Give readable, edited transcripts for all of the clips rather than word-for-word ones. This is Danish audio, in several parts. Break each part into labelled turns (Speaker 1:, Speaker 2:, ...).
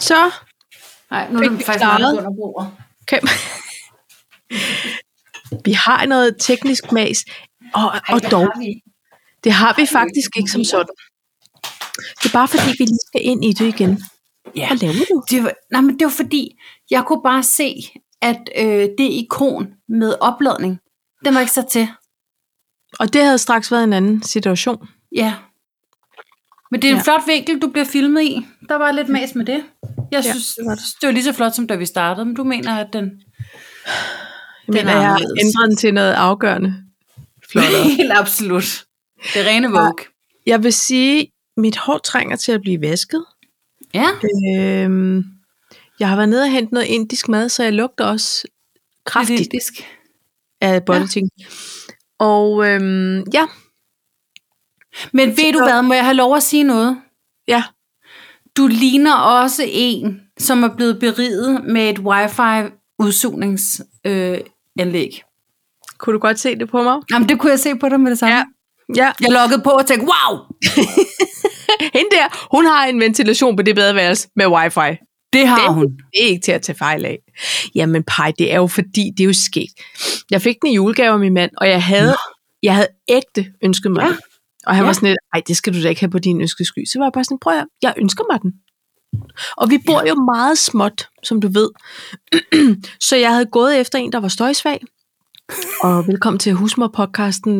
Speaker 1: Så
Speaker 2: Nej, nu er det faktisk meget under bordet.
Speaker 1: Okay. Vi har noget teknisk mas, og dog, det har vi faktisk ikke som sådan. Det er bare fordi, vi lige skal ind i det igen.
Speaker 2: Ja.
Speaker 1: Hvad laver du?
Speaker 2: Men det var fordi, jeg kunne bare se, at det ikon med opladning, den var ikke sat til.
Speaker 1: Og det havde straks været en anden situation.
Speaker 2: Ja. Men det er en flot vinkel, du bliver filmet i. Der var lidt mas med det. Jeg synes, det var lige så flot, som da vi startede. Men du mener, at den
Speaker 1: jeg har ændret den til noget afgørende flottere.
Speaker 2: Helt absolut. Det rene Vogue.
Speaker 1: Jeg vil sige, mit hår trænger til at blive vasket.
Speaker 2: Ja.
Speaker 1: Jeg har været nede og hentet noget indisk mad, så jeg lugter også kraftigt
Speaker 2: indisk
Speaker 1: af bodyting. Ja. Og ja.
Speaker 2: Men ved du hvad, må jeg have lov at sige noget?
Speaker 1: Ja.
Speaker 2: Du ligner også en, som er blevet beriget med et wifi udsugningsanlæg.
Speaker 1: Kunne du godt se det på mig?
Speaker 2: Jamen, det kunne jeg se på dig med det samme.
Speaker 1: Ja.
Speaker 2: Jeg loggede på og tænkte, wow!
Speaker 1: Hende der, hun har en ventilation på det badeværelse med wifi.
Speaker 2: Det har hun.
Speaker 1: Det er ikke til at tage fejl af. Jamen Paj, det er jo fordi, det er jo sket. Jeg fik den i julegave af min mand, og jeg havde ægte ønsket mig den. Og han var sådan lidt, ej, det skal du da ikke have på din ønskesky. Så var jeg bare sådan, prøv at jeg ønsker mig den. Og vi bor jo meget småt, som du ved. Så jeg havde gået efter en, der var støjsvag. Og velkommen til Husmor-podcasten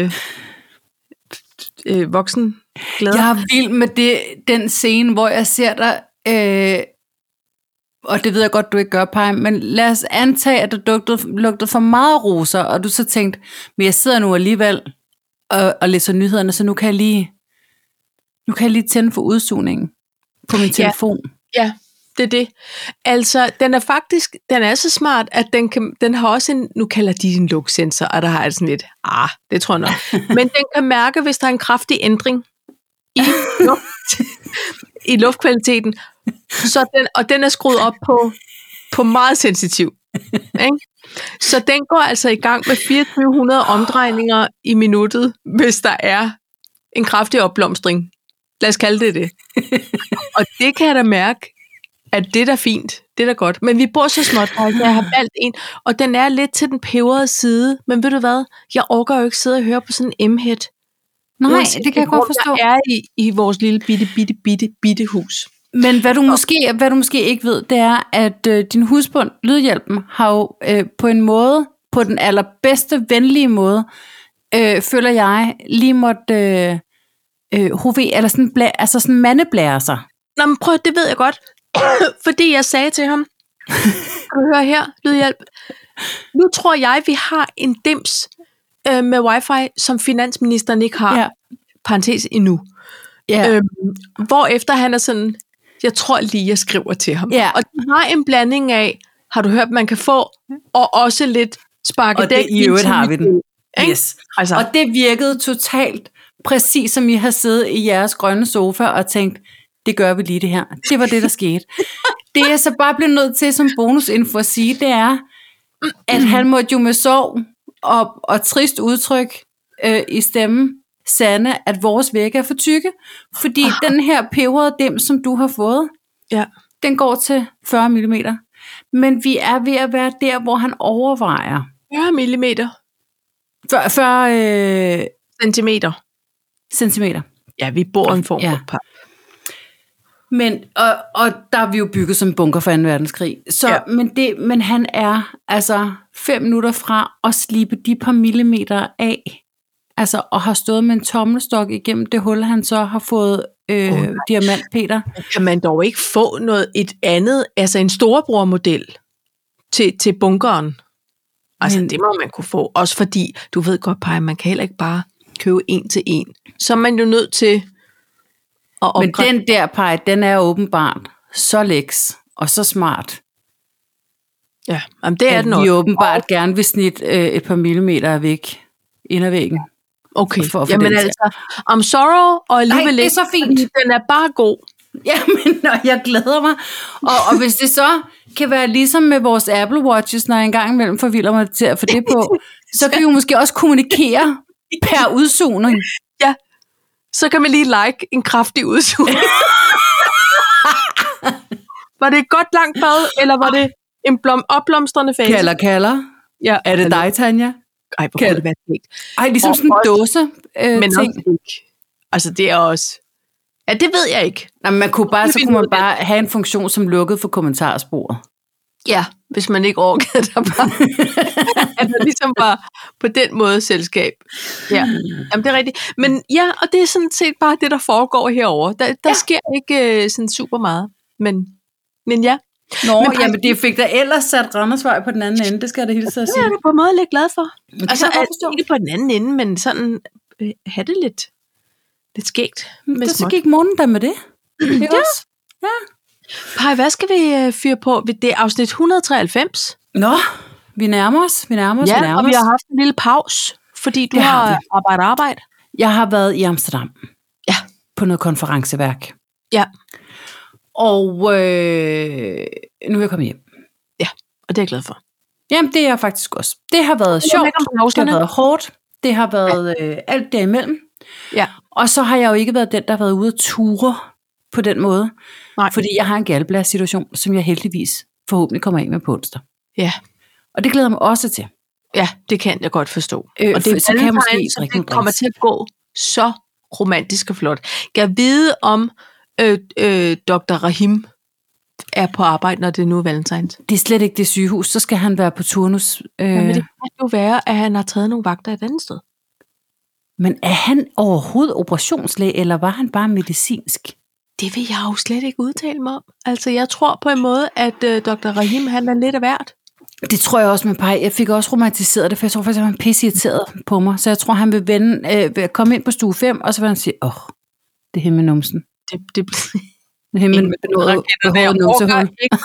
Speaker 1: Voksen Glæder.
Speaker 2: Jeg er vild med den scene, hvor jeg ser dig, og det ved jeg godt, du ikke gør, Paj, men lad os antage, at der lugtede for meget roser, og du så tænkte, men jeg sidder nu alligevel og læser nyhederne, så nu kan jeg lige tænde for udsugningen på min telefon.
Speaker 1: Ja, det er det. Altså, den er så smart, at den har også en, nu kalder de en lugtsensor, og der har jeg sådan lidt, det tror jeg nok. Men den kan mærke, hvis der er en kraftig ændring i luftkvaliteten, og den er skruet op på meget sensitiv. Ikke? Så den går altså i gang med 2400 omdrejninger i minuttet, hvis der er en kraftig opblomstring. Lad os kalde det det. Og det kan jeg da mærke, at det er da fint, det er da godt. Men vi bor så småt, at jeg har valgt en, og den er lidt til den peberede side. Men ved du hvad? Jeg orker jo ikke sidde og høre på sådan en M-head.
Speaker 2: Nej, det kan jeg godt forstå.
Speaker 1: Jeg er i vores lille bitte hus.
Speaker 2: Men hvad du måske ikke ved, det er, at din husbund, Lydhjælpen, har jo på en måde, på den allerbedste, venlige måde, føler jeg, lige måtte eller sådan mandeblære sig.
Speaker 1: Nå, men prøv, det ved jeg godt. Fordi jeg sagde til ham, kan du høre her, Lydhjælp, nu tror jeg, vi har en dims med wifi, som finansministeren ikke har, parentes endnu. Hvorefter han er sådan, jeg tror lige, jeg skriver til ham. Og de har en blanding af, har du hørt, man kan få, og også lidt sparkedæk.
Speaker 2: Og det i øvrigt har vi den.
Speaker 1: Yes. Altså.
Speaker 2: Og det virkede totalt præcis, som I har siddet i jeres grønne sofa og tænkt, det gør vi lige det her. Det var det, der skete. Det jeg så bare blev nødt til som bonusinfo at sige, det er, at han måtte jo med sorg og trist udtryk i stemmen sande, at vores vægge er for tykke, fordi den her peberede dim, som du har fået, den går til 40 mm. Men vi er ved at være der, hvor han overvejer.
Speaker 1: 40 millimeter?
Speaker 2: 40
Speaker 1: centimeter. Ja, vi bor en form for par.
Speaker 2: Men, og der er vi jo bygget som bunker for 2. verdenskrig. Så, men han er altså 5 minutter fra at slibe de par millimeter af, altså, og har stået med en tommelstok igennem det hul, han så har fået diamant, Peter.
Speaker 1: Kan man dog ikke få et andet, altså en storebrormodel til bunkeren? Altså, det må man kunne få. Også fordi, du ved godt, Paj, man kan heller ikke bare købe en til en. Så er man jo nødt til at opgradere.
Speaker 2: Men den der, Paj, den er åbenbart så læks og så smart.
Speaker 1: Ja, jamen det er den også.
Speaker 2: Vi åbenbart gerne vil snit et par millimeter væk ind ad væggen.
Speaker 1: Okay, jamen altså, I'm sorrow, og alligevel
Speaker 2: det er så fint.
Speaker 1: Den er bare god.
Speaker 2: Jamen, jeg glæder mig. Og hvis det så kan være ligesom med vores Apple Watches, når jeg engang imellem forvilder mig til at få det på, så kan vi jo måske også kommunikere per udsugning.
Speaker 1: Ja, så kan man lige like en kraftig udsugning. Var det et godt langt bad, eller var det en opblomstrende fase?
Speaker 2: Kalder.
Speaker 1: Ja,
Speaker 2: Er det dig, Tanja?
Speaker 1: Ej, hvor kunne det være sket.
Speaker 2: Ej, ligesom sådan en dåse
Speaker 1: Men
Speaker 2: ting.
Speaker 1: også ikke. Altså, det er også... Ja, det ved jeg ikke.
Speaker 2: Nej, man kunne man bare have en funktion, som lukkede for kommentarsporet.
Speaker 1: Ja, hvis man ikke orkede der bare. At der ligesom var på den måde selskab. Ja, jamen det er rigtigt. Men ja, og det er sådan set bare det, der foregår herovre. Der sker ikke sådan super meget. Men ja.
Speaker 2: Men det fik da ellers sat Randersvej på den anden ende, det skal jeg da hilse at sige.
Speaker 1: Det er jeg på en måde lidt glad for. Altså,
Speaker 2: altså,
Speaker 1: ikke på den anden ende, men sådan have det lidt skægt.
Speaker 2: Det så gik månen der med det. Det også. Ja.
Speaker 1: Paj, hvad skal vi fyre på? Det er afsnit 193.
Speaker 2: Nå, vi nærmer os.
Speaker 1: Ja, og vi har haft en lille pause, fordi du har arbejdet. Jeg
Speaker 2: har været i Amsterdam.
Speaker 1: Ja.
Speaker 2: På noget konferenceværk.
Speaker 1: Ja.
Speaker 2: Og nu er jeg kommet hjem.
Speaker 1: Ja, og det er jeg glad for.
Speaker 2: Jamen, det er jeg faktisk også. Det har været sjovt, det har været hårdt, det har været alt derimellem.
Speaker 1: Ja.
Speaker 2: Og så har jeg jo ikke været den, der har været ude at ture på den måde.
Speaker 1: Nej.
Speaker 2: Fordi jeg har en galleblære-situation, som jeg heldigvis forhåbentlig kommer af med på onsdag.
Speaker 1: Ja.
Speaker 2: Og det glæder mig også til.
Speaker 1: Ja, det kan jeg godt forstå. Og
Speaker 2: det så kan jeg måske
Speaker 1: det kommer til at gå så romantisk og flot. Kan jeg vide om Dr. Rahim er på arbejde, når det nu er valentines?
Speaker 2: Det er slet ikke det sygehus, så skal han være på turnus.
Speaker 1: Men det kan jo være, at han har taget nogle vagter et andet sted.
Speaker 2: Men er han overhovedet operationslæge, eller var han bare medicinsk?
Speaker 1: Det vil jeg jo slet ikke udtale mig om. Altså, jeg tror på en måde, at Dr. Rahim, han er lidt af hvert.
Speaker 2: Det tror jeg også med Paj. Jeg fik også romantiseret det, for jeg tror faktisk, at han var pisse-irriteret på mig. Så jeg tror, han vil komme ind på stue 5, og så vil han sige, det her med numsen.
Speaker 1: Det
Speaker 2: her med behåret numsehul.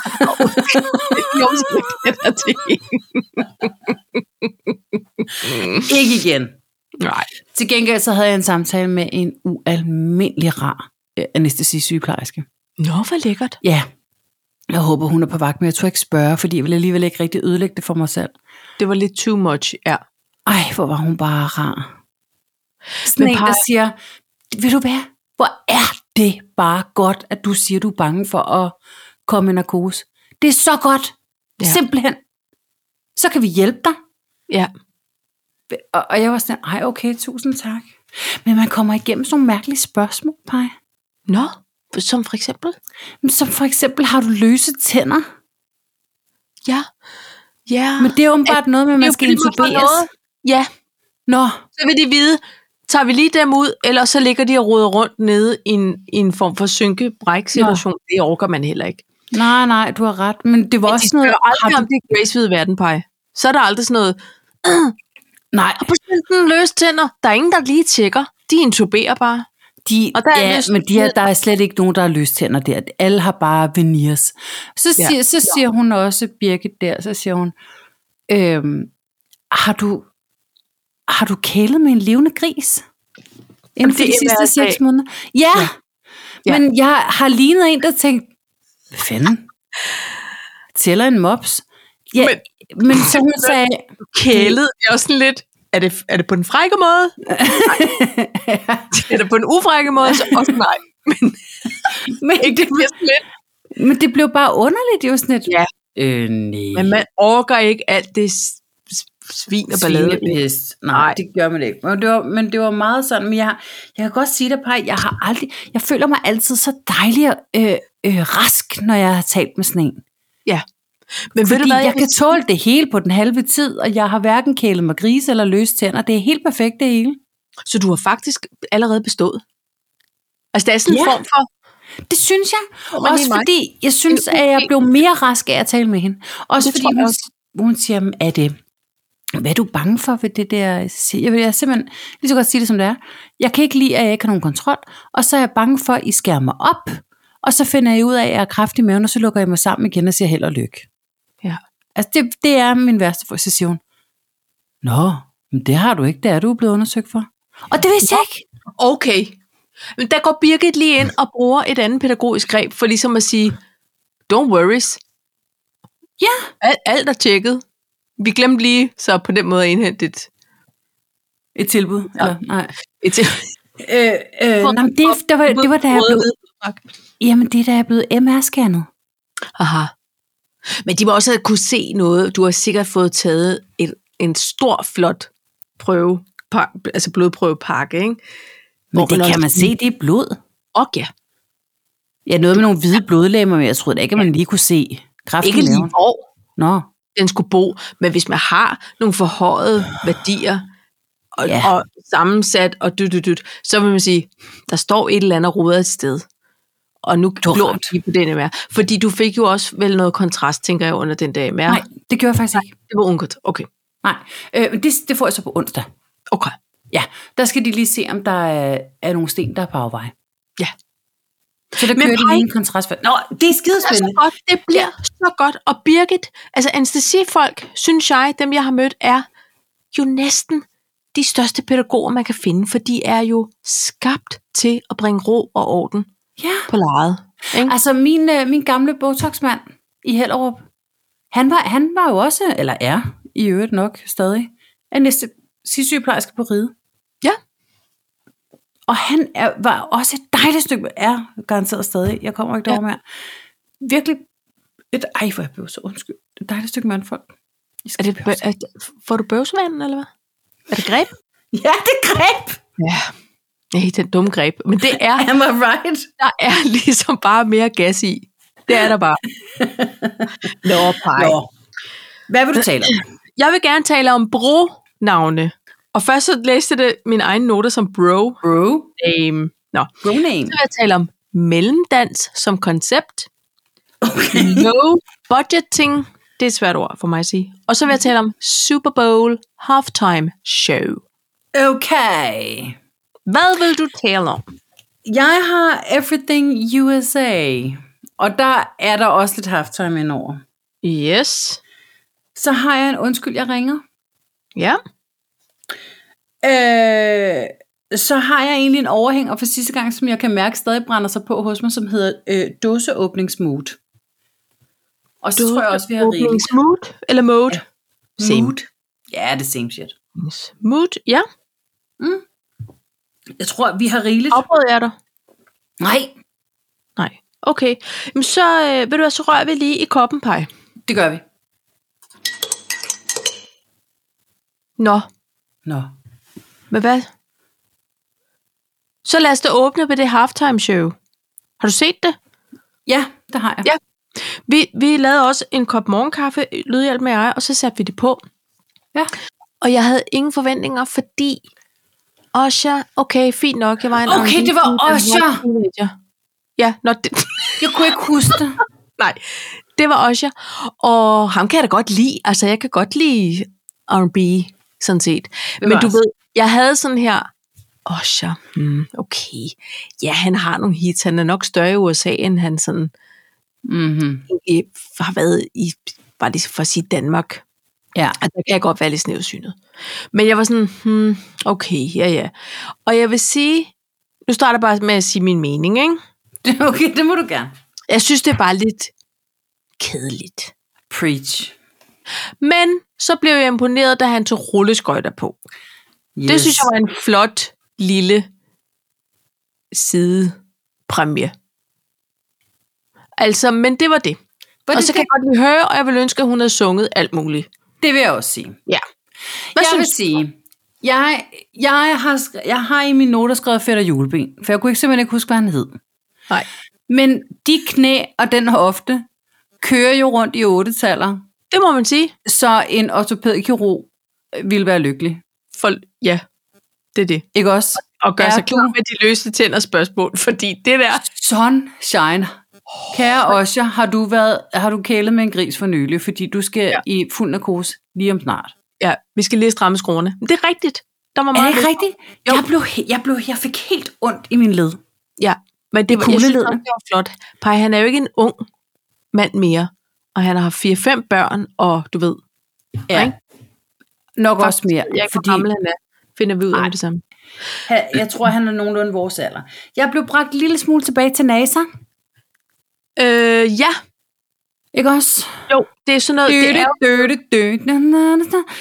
Speaker 2: Ikke igen.
Speaker 1: Nej.
Speaker 2: Til gengæld så havde jeg en samtale med en ualmindelig rar anæstesi-sygeplejerske.
Speaker 1: Nå, hvor lækkert.
Speaker 2: Ja. Jeg håber, hun er på vagt, men jeg tror ikke spørge, fordi jeg vil alligevel ikke rigtig ødelægge det for mig selv.
Speaker 1: Det var lidt too much, ja.
Speaker 2: Ej, hvor var hun bare rar. Sådan en, der siger, ved du hvad, hvor er det bare godt, at du siger, du er bange for at komme i narkose. Det er så godt. Ja. Simpelthen. Så kan vi hjælpe dig.
Speaker 1: Ja.
Speaker 2: Og jeg var sådan, okay, tusind tak. Men man kommer igennem sådan nogle mærkelige spørgsmål, Paj.
Speaker 1: Nå, som for eksempel?
Speaker 2: Som for eksempel, har du løse tænder?
Speaker 1: Ja. Ja.
Speaker 2: Men det er jo bare noget med, at man skal intuberes.
Speaker 1: Ja.
Speaker 2: Nå.
Speaker 1: Så vil de vide, tager vi lige dem ud, eller så ligger de og roder rundt nede i en form for synke-bræk-situation. Det orker man heller ikke.
Speaker 2: Nej, du har ret. Men det var også noget...
Speaker 1: Men de aldrig om det er Grace ved verden, Paj. Så er der aldrig sådan noget...
Speaker 2: Nej.
Speaker 1: Og patienten løs tænder. Der er ingen, der lige tjekker. De intuberer bare.
Speaker 2: Der er slet ikke nogen, der har løst tænder der. Alle har bare veneers. Så siger hun også, Birgit der, så siger hun, har du kælet med en levende gris? Inden for de sidste 6 måneder? Ja, men jeg har lignet en, der tænkte, hvad fanden? Tæller en mops? Ja, men så hun sagde...
Speaker 1: Kælet, det er også sådan lidt... Er det på den frække måde? Er det på en ufrække måde? Så også nej.
Speaker 2: Men det blev bare underligt, jo sådan et...
Speaker 1: Ja.
Speaker 2: Nej.
Speaker 1: Men man orker ikke alt det svin og ballade.
Speaker 2: Nej, det gør man ikke. Men det var meget sådan, men jeg kan godt sige det, Paj, jeg føler mig altid så dejlig og rask, når jeg har talt med sådan en.
Speaker 1: Ja.
Speaker 2: Men fordi jeg kan tåle det hele på den halve tid, og jeg har hverken kælet mig grise eller løst tænder. Det er helt perfekt det hele.
Speaker 1: Så du har faktisk allerede bestået? Altså, det er sådan en form for...
Speaker 2: Det synes jeg. Også fordi, jeg synes, at jeg blev mere rask af at tale med hende. Også fordi hun siger, hvad er du bange for ved det der? Jeg vil simpelthen lige så godt sige det, som det er. Jeg kan ikke lide, at jeg ikke har nogen kontrol, og så er jeg bange for, at I skærer mig op, og så finder jeg ud af, at jeg er kraftig i maven, og så lukker jeg mig sammen igen og siger held og lykke.
Speaker 1: Ja.
Speaker 2: Altså, det er min værste for, så siger hun, nå, men det har du ikke, det er du blevet undersøgt for. Og det vidste jeg ikke.
Speaker 1: Okay. Men der går Birgit lige ind og bruger et andet pædagogisk greb, for ligesom at sige, don't worries.
Speaker 2: Ja.
Speaker 1: Alt er tjekket. Vi glemte lige, så på den måde at indhente
Speaker 2: et tilbud.
Speaker 1: Ja.
Speaker 2: Eller, nej.
Speaker 1: Et tilbud.
Speaker 2: Det var da jeg blev... Jamen, det er da jeg blevet MR-scannet.
Speaker 1: Aha. Men de må også have kunne se noget. Du har sikkert fået taget en stor, flot prøve, altså blodprøvepakke, ikke?
Speaker 2: Men det kan man se, det er blod.
Speaker 1: Ja.
Speaker 2: Ja, noget med nogle hvide blodlegemer, men jeg troede da ikke, at man lige kunne se kræften.
Speaker 1: Ikke lige hvor
Speaker 2: Nå.
Speaker 1: den skulle bo, men hvis man har nogle forhøjede værdier, og sammensat, og så vil man sige, der står et eller andet rodet et sted. Og nu glor vi på den MR. Fordi du fik jo også vel noget kontrast, tænker jeg, under den dag MR.
Speaker 2: Nej, det gjorde jeg faktisk ikke.
Speaker 1: Det var ungt. Okay.
Speaker 2: Nej, det får jeg så på onsdag.
Speaker 1: Okay.
Speaker 2: Ja, der skal de lige se, om der er nogle sten, der er på afvej.
Speaker 1: Ja.
Speaker 2: Så der kører de lige en kontrast. Nå, det er skidespændende.
Speaker 1: Det bliver så godt. Og Birgit, altså anestesifolk, synes jeg, dem jeg har mødt, er jo næsten de største pædagoger, man kan finde, for de er jo skabt til at bringe ro og orden på lejet. Ikke?
Speaker 2: Altså min gamle botoxmand i Hellerup, han var jo også, eller er i øvrigt nok stadig, anæstesisygeplejerske på Ride.
Speaker 1: Ja.
Speaker 2: Og han var også et dejligt stykke, er garanteret stadig, jeg kommer ikke derover mere. Virkelig hvor jeg blev så undskyld. Et dejligt stykke mandfolk.
Speaker 1: Får du bøvsmanden, eller hvad? Er det greb?
Speaker 2: Ja, det er greb!
Speaker 1: Ja. Nej, det er dumme greb. Men det er...
Speaker 2: Am I right?
Speaker 1: Der er ligesom bare mere gas i. Det er der bare. Nå.
Speaker 2: Hvad vil du tale om?
Speaker 1: Jeg vil gerne tale om bro-navne. Og først så læste det mine egne noter som bro.
Speaker 2: Bro-name.
Speaker 1: Så vil jeg tale om mellemdans som koncept. Okay. Low budgeting. Det er et svært ord for mig at sige. Og så vil jeg tale om Super Bowl halftime show.
Speaker 2: Okay.
Speaker 1: Hvad vil du tale om?
Speaker 2: Jeg har Everything USA. Og der er der også lidt halftime indover.
Speaker 1: Yes.
Speaker 2: Så har jeg en undskyld, jeg ringer.
Speaker 1: Ja.
Speaker 2: Så har jeg egentlig en overhænger for sidste gang, som jeg kan mærke stadig brænder sig på hos mig, som hedder dåseåbningsmood. Og så tror jeg også, vi har rigeligt.
Speaker 1: Mood eller mode?
Speaker 2: Ja.
Speaker 1: Same.
Speaker 2: Mood. Ja, det er same shit.
Speaker 1: Mood, ja.
Speaker 2: Jeg tror, vi har rigeligt.
Speaker 1: Afbrød jeg dig?
Speaker 2: Nej.
Speaker 1: Okay. Men så, ved du hvad, så rører vi lige i koppen, Paj.
Speaker 2: Det gør vi.
Speaker 1: Nå. Men hvad? Så lad os da åbne på det halftime show. Har du set det?
Speaker 2: Ja, det har jeg.
Speaker 1: Ja. Vi lavede også en kop morgenkaffe, Lydhjælp med jer, og så satte vi det på.
Speaker 2: Ja.
Speaker 1: Og jeg havde ingen forventninger, fordi Usher, okay, fint nok. Jeg var en
Speaker 2: okay, det var Usher.
Speaker 1: Ja,
Speaker 2: jeg kunne ikke huske det.
Speaker 1: Nej, det var Usher. Og ham kan jeg da godt lide. Altså, jeg kan godt lide R&B, sådan set. Men du ved, jeg havde sådan her, Usher, okay. Ja, han har nogle hits. Han er nok større i USA, end han sådan har været i, bare lige for at sige Danmark.
Speaker 2: Ja.
Speaker 1: Altså, der kan jeg godt være lidt snævsynet. Men jeg var sådan, okay, ja. Og jeg vil sige, nu starter jeg bare med at sige min mening, ikke?
Speaker 2: Okay, det må du gerne.
Speaker 1: Jeg synes, det er bare lidt kedeligt.
Speaker 2: Preach.
Speaker 1: Men så blev jeg imponeret, da han tog rulleskøjter på. Yes. Det synes jeg var en flot, lille sidepræmie. Altså, men det var det. Og så kan jeg godt lige høre, og jeg vil ønske, at hun havde sunget alt muligt.
Speaker 2: Det vil jeg også sige.
Speaker 1: Ja.
Speaker 2: Jeg vil sige, jeg har i mine noter skrevet Fætter Juleben, for jeg kunne simpelthen ikke huske, hvad han hed.
Speaker 1: Nej.
Speaker 2: Men de knæ og den hofte kører jo rundt i 8-taller.
Speaker 1: Det må man sige.
Speaker 2: Så en ortopædkirurg ville være lykkelig.
Speaker 1: Ja, det er det.
Speaker 2: Ikke også?
Speaker 1: Og gør sig klar med de løse tænder spørgsmål, fordi det der...
Speaker 2: Sunshine. Kære Osher, har du kælet med en gris for nylig, fordi du skal i fuld narkose lige om snart.
Speaker 1: Ja, vi skal lige stramme skruerne. Men det er rigtigt. Der var meget
Speaker 2: er det rigtigt? Jeg fik helt ondt i min led.
Speaker 1: Ja, men det var, jeg synes, det var flot. Paj, han er jo ikke en ung mand mere, og han har 4-5 børn, og du ved.
Speaker 2: Ja, ikke? Nok faktisk, også mere.
Speaker 1: Jeg er ikke, hvor gammel han er. Finder vi ud af det samme.
Speaker 2: Jeg tror, han er nogenlunde vores alder. Jeg blev bragt en lille smule tilbage til NASA.
Speaker 1: Ja.
Speaker 2: Ikke også?
Speaker 1: Jo, det er sådan noget... Det er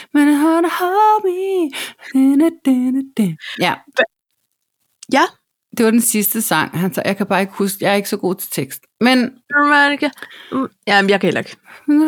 Speaker 2: ja.
Speaker 1: Ja,
Speaker 2: Det var den sidste sang. Han sagde, jeg kan bare ikke huske, jeg er ikke så god til tekst. Men...
Speaker 1: Jamen, jeg kan heller ikke.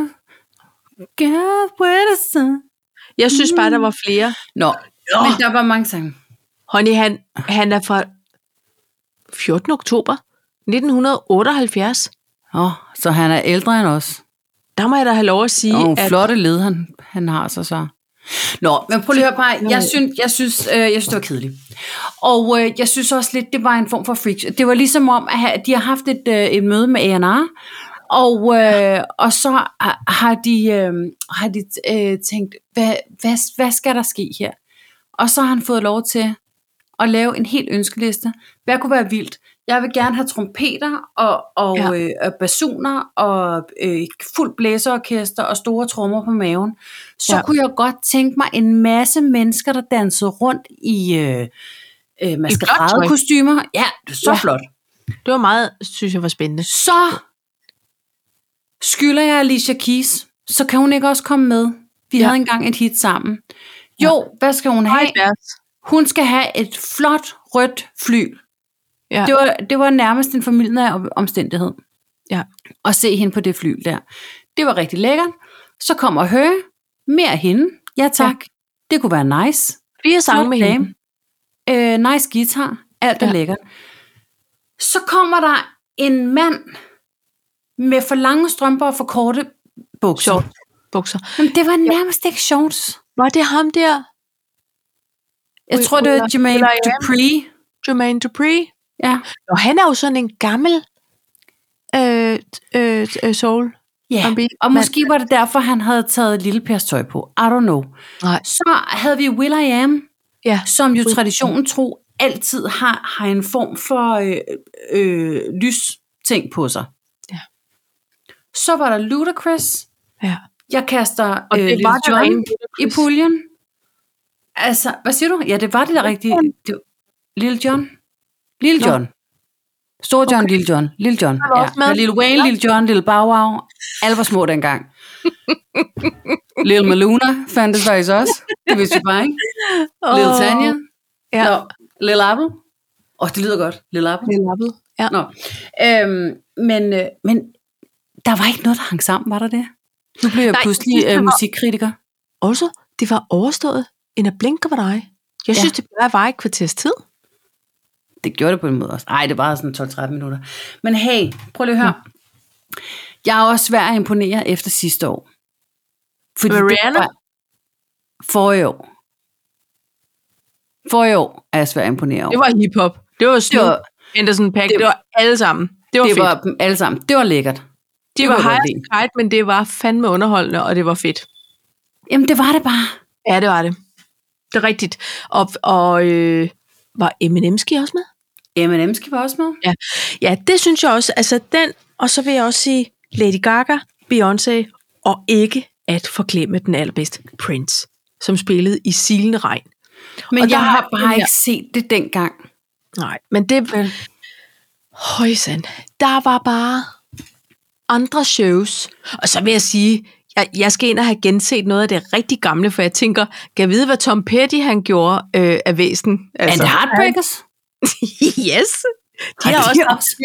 Speaker 2: God, where the sun.
Speaker 1: Jeg synes bare, der var flere.
Speaker 2: Nå, men der var mange sange.
Speaker 1: Honey, han er fra 14. oktober 1978.
Speaker 2: Så han er ældre end os.
Speaker 1: Der må jeg da have lov at sige,
Speaker 2: og flotte led, han har så. Nå, men prøv lige at høre bare. Jeg synes, det var kedeligt. Og jeg synes også lidt, det var en form for freak. Det var ligesom om, at de har haft et møde med A&R, og så har de tænkt, hvad skal der ske her? Og så har han fået lov til at lave en helt ønskeliste. Hvad kunne være vildt? Jeg vil gerne have trompeter og basuner og fuld blæserorkester og store trommer på maven. Så kunne jeg godt tænke mig en masse mennesker, der dansede rundt i maskeradekostymer. Ja, så flot.
Speaker 1: Det var meget, synes jeg var spændende.
Speaker 2: Så skylder jeg Alicia Keys, så kan hun ikke også komme med. Vi havde engang et hit sammen. Jo, hvad skal hun have? Hun skal have et flot rødt fly. Ja. Det var nærmest en familie omstændighed.
Speaker 1: Ja.
Speaker 2: At se hende på det fly der. Det var rigtig lækkert. Så kommer Høge. Mere hende. Ja tak. Ja. Det kunne være nice.
Speaker 1: 4 sange med hende.
Speaker 2: Nice guitar. Alt er lækkert. Så kommer der en mand med for lange strømper og for korte bukser. Men det var nærmest ikke shorts.
Speaker 1: Var det ham der?
Speaker 2: Jeg tror, det var Jermaine Dupri.
Speaker 1: Jermaine Dupri?
Speaker 2: Ja.
Speaker 1: Og han er jo sådan en gammel soul.
Speaker 2: Ja, og måske var det derfor, han havde taget Lille Pers tøj på. I don't know.
Speaker 1: Nej.
Speaker 2: Så havde vi will.i.am, som jo traditionen tro altid har en form for lysting på sig.
Speaker 1: Ja.
Speaker 2: Så var der Ludacris.
Speaker 1: Ja.
Speaker 2: Jeg kaster Lil Jon i puljen. Altså, hvad siger du? Ja, det var det der rigtige. Lil Jon. Lil Jon. Stor John, Lil Jon. Lil Jon. Ja. Lil Wayne, Lil Jon, Lil Bow Wow. Alle var små dengang. Lil Maluna fandtes faktisk også. Det vidste vi bare, ikke? Lil Tanya.
Speaker 1: Ja.
Speaker 2: Lil Apple. Det lyder godt. Lil Apple.
Speaker 1: Lil Apple. Ja.
Speaker 2: Nå. Men der var ikke noget, der hang sammen, var der det? Nu blev jeg pludselig musikkritiker.
Speaker 1: Også, det var overstået en af blink of an eye. Jeg synes, det var et kvarters tid.
Speaker 2: Det gjorde det på en måde også. Ej, det var sådan 12-13 minutter. Men hey, prøv lige at høre. Jeg er også svær at imponere efter sidste år. Fordi
Speaker 1: Rihanna?
Speaker 2: Forrige år er jeg svær at imponere over.
Speaker 1: Det var hiphop. Det var Snoop, Anderson .Paak. Det var alle sammen. Det var fedt.
Speaker 2: Var dem alle sammen. Det var lækkert.
Speaker 1: Det var high kite, men det var fandme underholdende, og det var fedt.
Speaker 2: Jamen, det var det bare.
Speaker 1: Ja, det var det. Det er rigtigt. Og var Eminemski også med?
Speaker 2: Eminemski var også med.
Speaker 1: Ja, det synes jeg også. Altså den, og så vil jeg også sige Lady Gaga, Beyoncé, og ikke at forglemme den allerbedste Prince, som spillede i silende regn.
Speaker 2: Men
Speaker 1: og
Speaker 2: jeg har bare ikke set det dengang.
Speaker 1: Nej, men det... Højsand. Der var bare andre shows. Og så vil jeg sige, jeg skal ind og have genset noget af det rigtig gamle, for jeg tænker, kan jeg vide, hvad Tom Petty han gjorde af væsen?
Speaker 2: Altså, and Heartbreakers?
Speaker 1: Yes. De har også.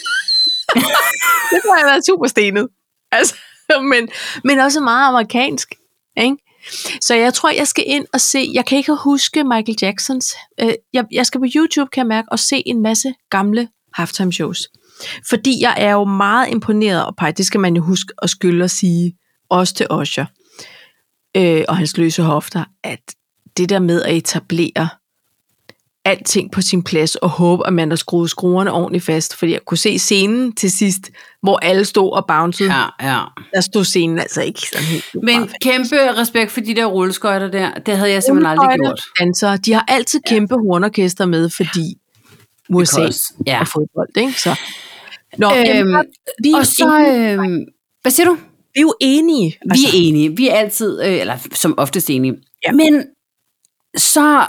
Speaker 1: Det har været super stenet. Altså, men også meget amerikansk. Ikke? Så jeg tror, jeg skal ind og se, jeg kan ikke huske Michael Jacksons, jeg skal på YouTube, kan jeg mærke, og se en masse gamle halftime shows. Fordi jeg er jo meget imponeret, og det skal man jo huske at skylde at sige, også til Usher, og hans løse hofter, at det der med at etablere alting på sin plads, og håbe, at man har skruet skruerne ordentligt fast, fordi jeg kunne se scenen til sidst, hvor alle stod og bouncede.
Speaker 2: Ja.
Speaker 1: Der stod scenen altså ikke sådan helt.
Speaker 2: Men kæmpe respekt for de der rulleskøjter der, det havde jeg simpelthen aldrig gjort.
Speaker 1: Dansere, de har altid kæmpe hornorkester med, fordi USA er fodbold, ikke? Så. Nå,
Speaker 2: og så, hvad siger du?
Speaker 1: Vi er jo enige.
Speaker 2: Vi er enige. Vi er altid, eller som oftest enige. Ja. Men så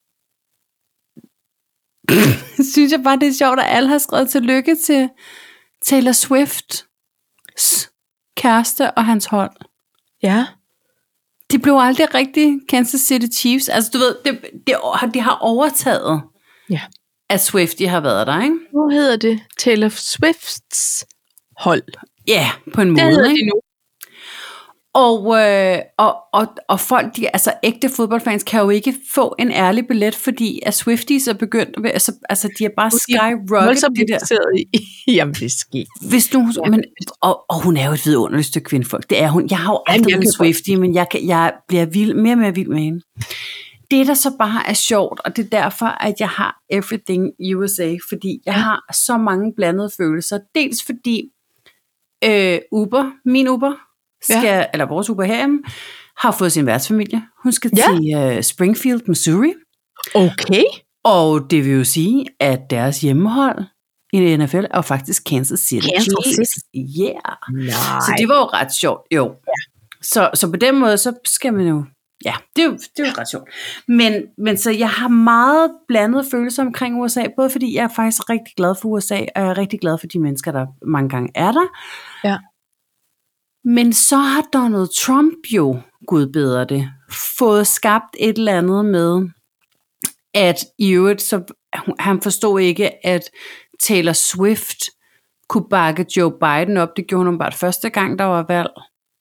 Speaker 2: synes jeg bare, det er sjovt, at alle har skrevet tillykke til Taylor Swifts kæreste og hans hold.
Speaker 1: Ja.
Speaker 2: De blev aldrig rigtig Kansas City Chiefs. Altså, du ved, de har overtaget.
Speaker 1: Ja.
Speaker 2: at Swiftie har været der, ikke?
Speaker 1: Nu hedder det Taylor Swifts hold.
Speaker 2: Ja, på en måde.
Speaker 1: Det hedder
Speaker 2: ikke?
Speaker 1: de nu.
Speaker 2: Og folk, altså ægte fodboldfans, kan jo ikke få en ærlig billet, fordi at Swifties er begyndt, altså de er bare skyrocket det der.
Speaker 1: Jamen, det sker.
Speaker 2: Hvis du, men, og hun er jo et vidunderligt stykke kvindefolk, det er hun. Jeg har jo aldrig været en Swiftie, men jeg bliver mere og mere vild med hende. Det, der så bare er sjovt, og det er derfor, at jeg har Everything USA, fordi jeg har så mange blandede følelser. Dels fordi min Uber, eller vores Uber herhjemme, har fået sin værtsfamilie. Hun skal til Springfield, Missouri.
Speaker 1: Okay.
Speaker 2: Og det vil jo sige, at deres hjemmehold i NFL er faktisk Kansas City Chiefs. Yeah.
Speaker 1: Nej.
Speaker 2: Så det var jo ret sjovt. Jo. Ja. Så på den måde, så skal man jo... Ja, det er jo ret sjovt. Men så jeg har meget blandede følelser omkring USA, både fordi jeg er faktisk rigtig glad for USA, og jeg er rigtig glad for de mennesker, der mange gange er der.
Speaker 1: Ja.
Speaker 2: Men så har Donald Trump jo, gud bedre det, fået skabt et eller andet med, at i øvrigt, så han forstod ikke, at Taylor Swift kunne bakke Joe Biden op. Det gjorde hun bare første gang, der var valg.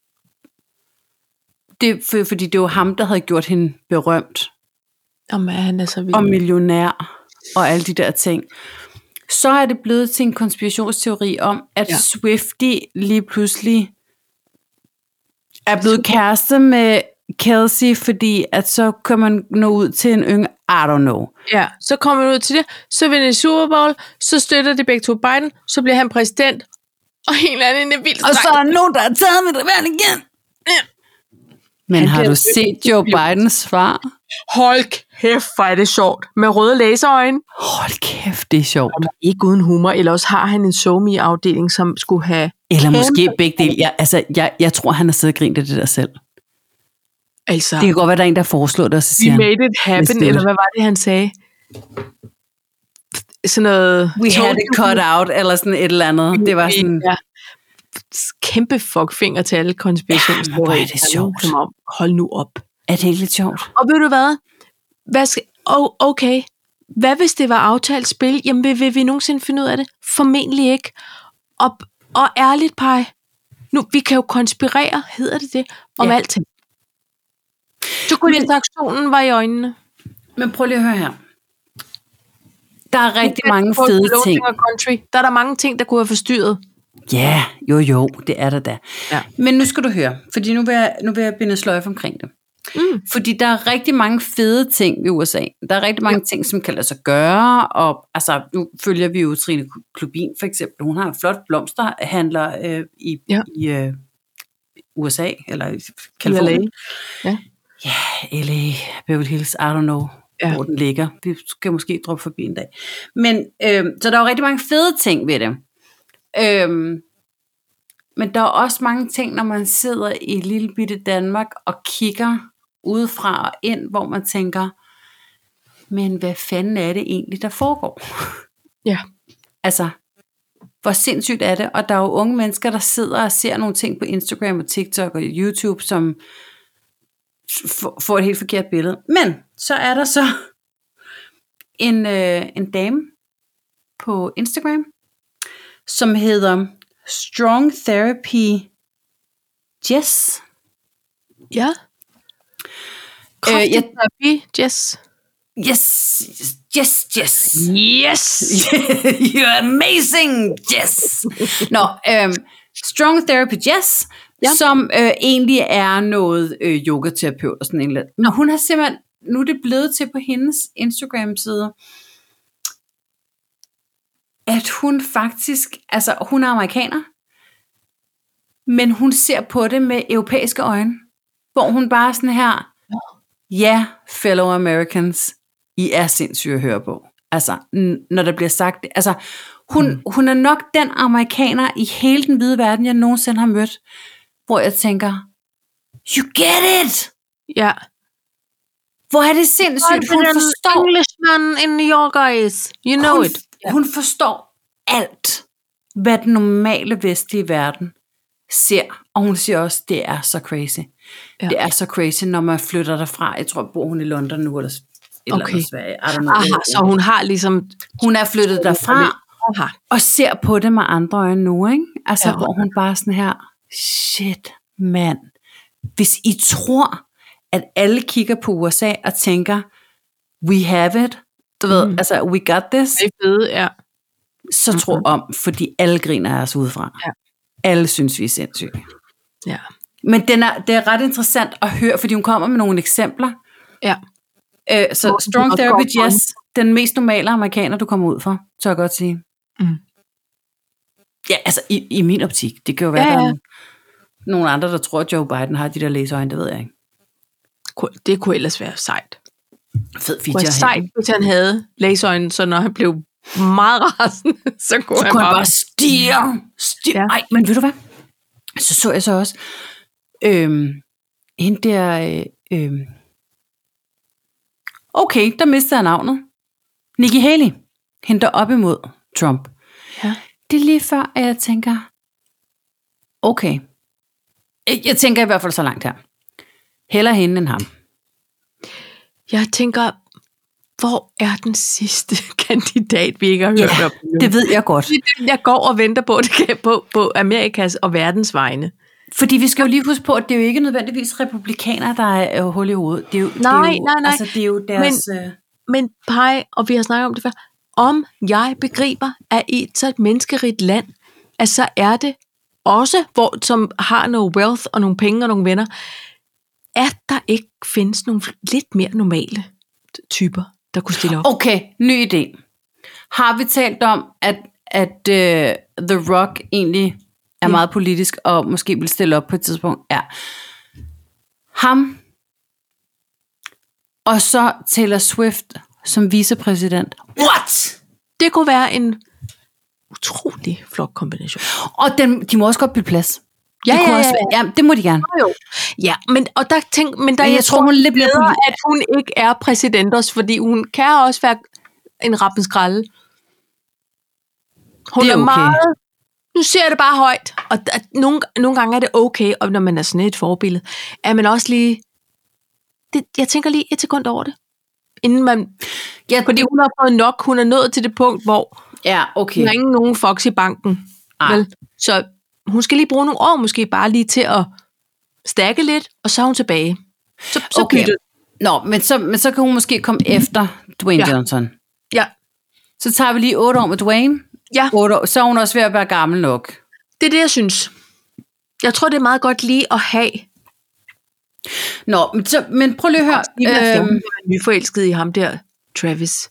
Speaker 2: Fordi det var ham, der havde gjort hende berømt.
Speaker 1: Jamen, han er så vild.
Speaker 2: Og millionær, og alle de der ting. Så er det blevet til en konspirationsteori om, at Swiftie lige pludselig er blevet kæreste med Kelsey, fordi at så kan man nå ud til en yngre, I don't know.
Speaker 1: Ja, så kommer man ud til det, så vinder Super Bowl, så støtter de begge to Biden, så bliver han præsident, og en anden er vildt.
Speaker 2: Og så er nogen, der har taget mit valg igen. Ja. Men har du set Joe Bidens svar?
Speaker 1: Hold kæft, hvor er det sjovt. Med røde laserøjne.
Speaker 2: Hold kæft, det er sjovt.
Speaker 1: Ikke uden humor, eller også har han en SoMe-afdeling, som skulle have...
Speaker 2: Eller måske begge dele. Jeg tror, han har siddet og grint af det der selv.
Speaker 1: Altså,
Speaker 2: det kan godt være, der er en, der foreslår det, og så siger
Speaker 1: we made it happen, eller hvad var det, han sagde? Sådan noget...
Speaker 2: We had it cut out, eller sådan et eller andet. Det var sådan...
Speaker 1: Ja. Kæmpe fuckfinger til alle konspirationsteorier.
Speaker 2: Ja, det er sjovt.
Speaker 1: Hold nu op.
Speaker 2: Er det ikke lidt sjovt?
Speaker 1: Og ved du hvad? Okay. Hvad hvis det var aftalt spil? Jamen, vil vi nogensinde finde ud af det? Formentlig ikke. Og ærligt, Paj. Nu, vi kan jo konspirere, hedder det, om alting. Dokumentaktionen var i øjnene.
Speaker 2: Men prøv lige at høre her. Der er rigtig mange fede ting.
Speaker 1: Der er der mange ting, der kunne have forstyrret.
Speaker 2: Ja, jo, det er der da. Ja. Men nu skal du høre, fordi nu vil jeg binde sløjf omkring det. Fordi der er rigtig mange fede ting i USA. Der er rigtig mange ting, som kan lade sig gøre, og altså, nu følger vi jo Trine Klubin for eksempel. Hun har en flot blomsterhandler i USA, eller i Californien.
Speaker 1: Ja,
Speaker 2: LA, Beverly Hills, I don't know, hvor den ligger. Vi skal måske droppe forbi en dag. Men, så der er jo rigtig mange fede ting ved det. Men der er også mange ting, når man sidder i lille bitte Danmark og kigger udefra og ind, hvor man tænker, men hvad fanden er det egentlig, der foregår?
Speaker 1: Ja.
Speaker 2: Altså, hvor sindssygt er det? Og der er jo unge mennesker, der sidder og ser nogle ting på Instagram og TikTok og YouTube, som får et helt forkert billede. Men så er der så en dame på Instagram, som hedder Strong Therapy Jess.
Speaker 1: Ja. Therapy Jess.
Speaker 2: Yes.
Speaker 1: Yes.
Speaker 2: You're amazing, Jess. Strong Therapy Jess, som egentlig er noget yogaterapeut og sådan en eller anden. Men hun har simpelthen, nu er det blevet til på hendes Instagram-side, at hun faktisk, altså hun er amerikaner, men hun ser på det med europæiske øjne, hvor hun bare sådan her, fellow Americans, I er sindssyge at høre på. Altså, når der bliver sagt det. Altså, hun er nok den amerikaner i hele den hvide verden, jeg nogensinde har mødt, hvor jeg tænker, you get it!
Speaker 1: Ja.
Speaker 2: Hvor er det sindssygt, hun forstår...
Speaker 1: Englishman in New York, guys. You know it.
Speaker 2: Hun forstår alt, hvad den normale vestlige verden ser. Og hun siger også, det er så crazy. Ja. Det er så crazy, når man flytter derfra. Jeg tror, bor hun i London nu, eller eller
Speaker 1: Okay.
Speaker 2: andet Sverige. I don't know.
Speaker 1: Aha, så hun har ligesom...
Speaker 2: Hun er flyttet derfra,
Speaker 1: Aha.
Speaker 2: og ser på det med andre øjne nu, ikke? Altså,
Speaker 1: Ja.
Speaker 2: hvor hun bare sådan her, shit, mand. Hvis I tror, at alle kigger på USA og tænker, we have it, du ved, altså, we got this,
Speaker 1: Det er fede, ja.
Speaker 2: så tro om, fordi alle griner af os udefra.
Speaker 1: Ja.
Speaker 2: Alle synes, vi er sindssyge.
Speaker 1: Ja.
Speaker 2: Men det er ret interessant at høre, fordi hun kommer med nogle eksempler.
Speaker 1: Ja.
Speaker 2: Så strong therapy, yes, den mest normale amerikaner, du kommer ud for, så jeg godt sige. Ja, altså i min optik. Det kan jo være, der er nogle andre, der tror, at Joe Biden har de der laserøjne, det ved jeg ikke.
Speaker 1: Det kunne ellers være sejt.
Speaker 2: Fed
Speaker 1: Det
Speaker 2: feature.
Speaker 1: var sejt, hvis han havde laserøjne, så når han blev meget rasende, så kunne han
Speaker 2: bare stirre.
Speaker 1: Ja.
Speaker 2: Ej, men ved du hvad? Så jeg så også hende der... Okay, der mistede jeg navnet. Nikki Haley. Hende der op imod Trump.
Speaker 1: Ja.
Speaker 2: Det er lige før, at jeg tænker... Okay. Jeg tænker i hvert fald så langt her. Hellere hende end ham.
Speaker 1: Jeg tænker, hvor er den sidste kandidat, vi ikke har hørt om?
Speaker 2: Det ved jeg godt.
Speaker 1: Jeg går og venter på det på Amerikas og verdens vegne.
Speaker 2: Fordi vi skal jo lige huske på, at det er jo ikke nødvendigvis republikanere, der er hul i hovedet. Det er jo,
Speaker 1: Nej.
Speaker 2: Altså, det er jo deres...
Speaker 1: Men Paj, og vi har snakket om det før, om jeg begriber, at i så et menneskerigt land, at så er det også, som har noget wealth og nogle penge og nogle venner, at der ikke findes nogle lidt mere normale typer, der kunne stille op.
Speaker 2: Okay, ny idé. Har vi talt om, at The Rock egentlig er meget politisk, og måske vil stille op på et tidspunkt? Ja. Ham, og så Taylor Swift som vicepræsident. What?
Speaker 1: Det kunne være en utrolig flot kombination.
Speaker 2: Og de må også godt bytte plads.
Speaker 1: Ja,
Speaker 2: det kunne også være, ja, det må de gerne.
Speaker 1: Jo. Ja, men jeg
Speaker 2: tror, hun er lidt mere
Speaker 1: bedre, at hun ikke er præsident også, fordi hun kan også være en rappenskralde. Hun
Speaker 2: det er okay.
Speaker 1: meget... Nu ser jeg det bare højt, og nogle gange er det okay, og når man er sådan et forbillede, at man også lige... jeg tænker lige et sekund over det, inden man... Ja, fordi hun har fået nok, hun er nået til det punkt, hvor
Speaker 2: okay.
Speaker 1: hun har ikke nogen fox i banken. Vel? Så hun skal lige bruge nogle år, måske bare lige til at stærke lidt, og så er hun tilbage. Så
Speaker 2: okay. Nå, men så kan hun måske komme efter Dwayne Johnson.
Speaker 1: Ja.
Speaker 2: Så tager vi lige 8 år med Dwayne.
Speaker 1: Ja.
Speaker 2: 8 år, så er hun også ved at være gammel nok.
Speaker 1: Det er det, jeg synes. Jeg tror, det er meget godt lige at have.
Speaker 2: Nå, men prøv lige at høre.
Speaker 1: Jeg er nyforelsket i ham der, Travis.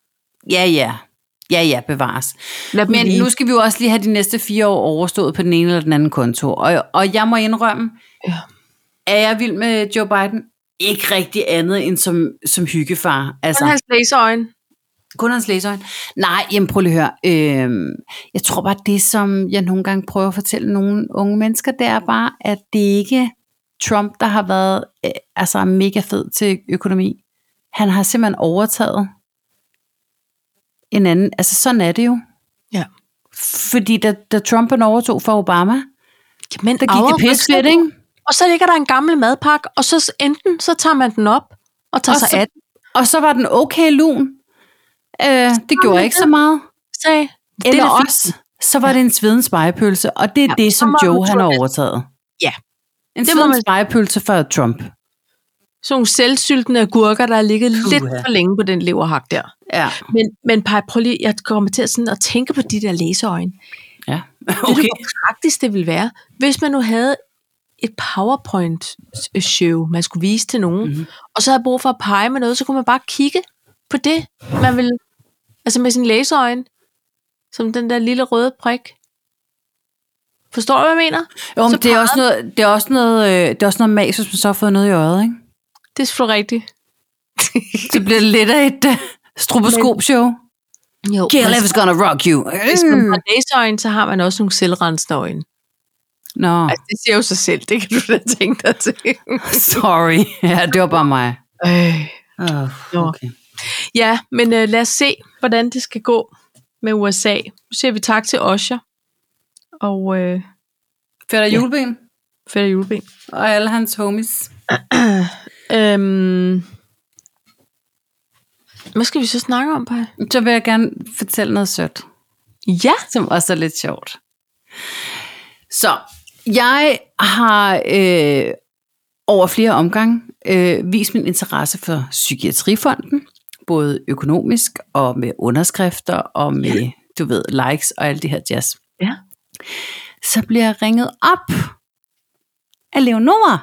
Speaker 2: Ja, bevares. Men nu skal vi jo også lige have de næste 4 år overstået på den ene eller den anden konto. Og jeg må indrømme, at jeg vild med Joe Biden. Ikke rigtig andet end som hyggefar. Altså,
Speaker 1: kun hans laserøjne.
Speaker 2: Kun hans laserøjne. Nej, jamen prøv lige at høre. Jeg tror bare, det som jeg nogle gange prøver at fortælle nogle unge mennesker, det er bare, at det ikke Trump, der har været mega fed til økonomi. Han har simpelthen overtaget en anden. Altså sådan er det jo.
Speaker 1: Ja.
Speaker 2: Fordi da Trump overtog for Obama,
Speaker 1: men
Speaker 2: der gik det pis lidt, ikke?
Speaker 1: Og så ligger der en gammel madpakke, og så enten så tager man den op og tager sig af den.
Speaker 2: Og så var den okay lun. Det gjorde ikke så meget. Eller også, så var det en sveden spegepølse, og det er det, som Joe han har overtaget.
Speaker 1: Ja.
Speaker 2: En sveden spegepølse for Trump.
Speaker 1: Sådan nogle selvsyltende agurker, der har ligget lidt for længe på den leverhak der.
Speaker 2: Ja.
Speaker 1: Men Paj, prøv lige, jeg kommer til at tænke på de der laserøjne.
Speaker 2: Ja,
Speaker 1: okay. Det hvor praktisk det ville være, hvis man nu havde et PowerPoint-show, man skulle vise til nogen, og så havde brug for at pege med noget, så kunne man bare kigge på det, man ville, altså med sin laserøjne, som den der lille røde prik. Forstår du, hvad jeg mener?
Speaker 2: Jo, men det er også noget mas, hvis man så har fået noget i øjet, ikke?
Speaker 1: Det er selvfølgelig rigtigt.
Speaker 2: Det bliver lidt af et stroboskop-show.
Speaker 1: Jo.
Speaker 2: Caleb's gonna rock you.
Speaker 1: Hvis man har laserøjne, så har man også nogle selvrensende øjne.
Speaker 2: Nå.
Speaker 1: Altså, det siger jo sig selv, det kan du da tænke dig til.
Speaker 2: Sorry. Ja, det var bare mig.
Speaker 1: Okay. Ja, men lad os se, hvordan det skal gå med USA. Nu siger vi tak til Usher. Og
Speaker 2: Fætter juleben.
Speaker 1: Fætter juleben.
Speaker 2: Og alle hans homies.
Speaker 1: Hvad skal vi så snakke om, Paj?
Speaker 2: Så vil jeg gerne fortælle noget sødt,
Speaker 1: Ja.
Speaker 2: som også er lidt sjovt. Så, jeg har over flere omgange vist min interesse for Psykiatrifonden, både økonomisk og med underskrifter og med, du ved, likes og alt det her jazz.
Speaker 1: Ja.
Speaker 2: Så bliver jeg ringet op af Leonora.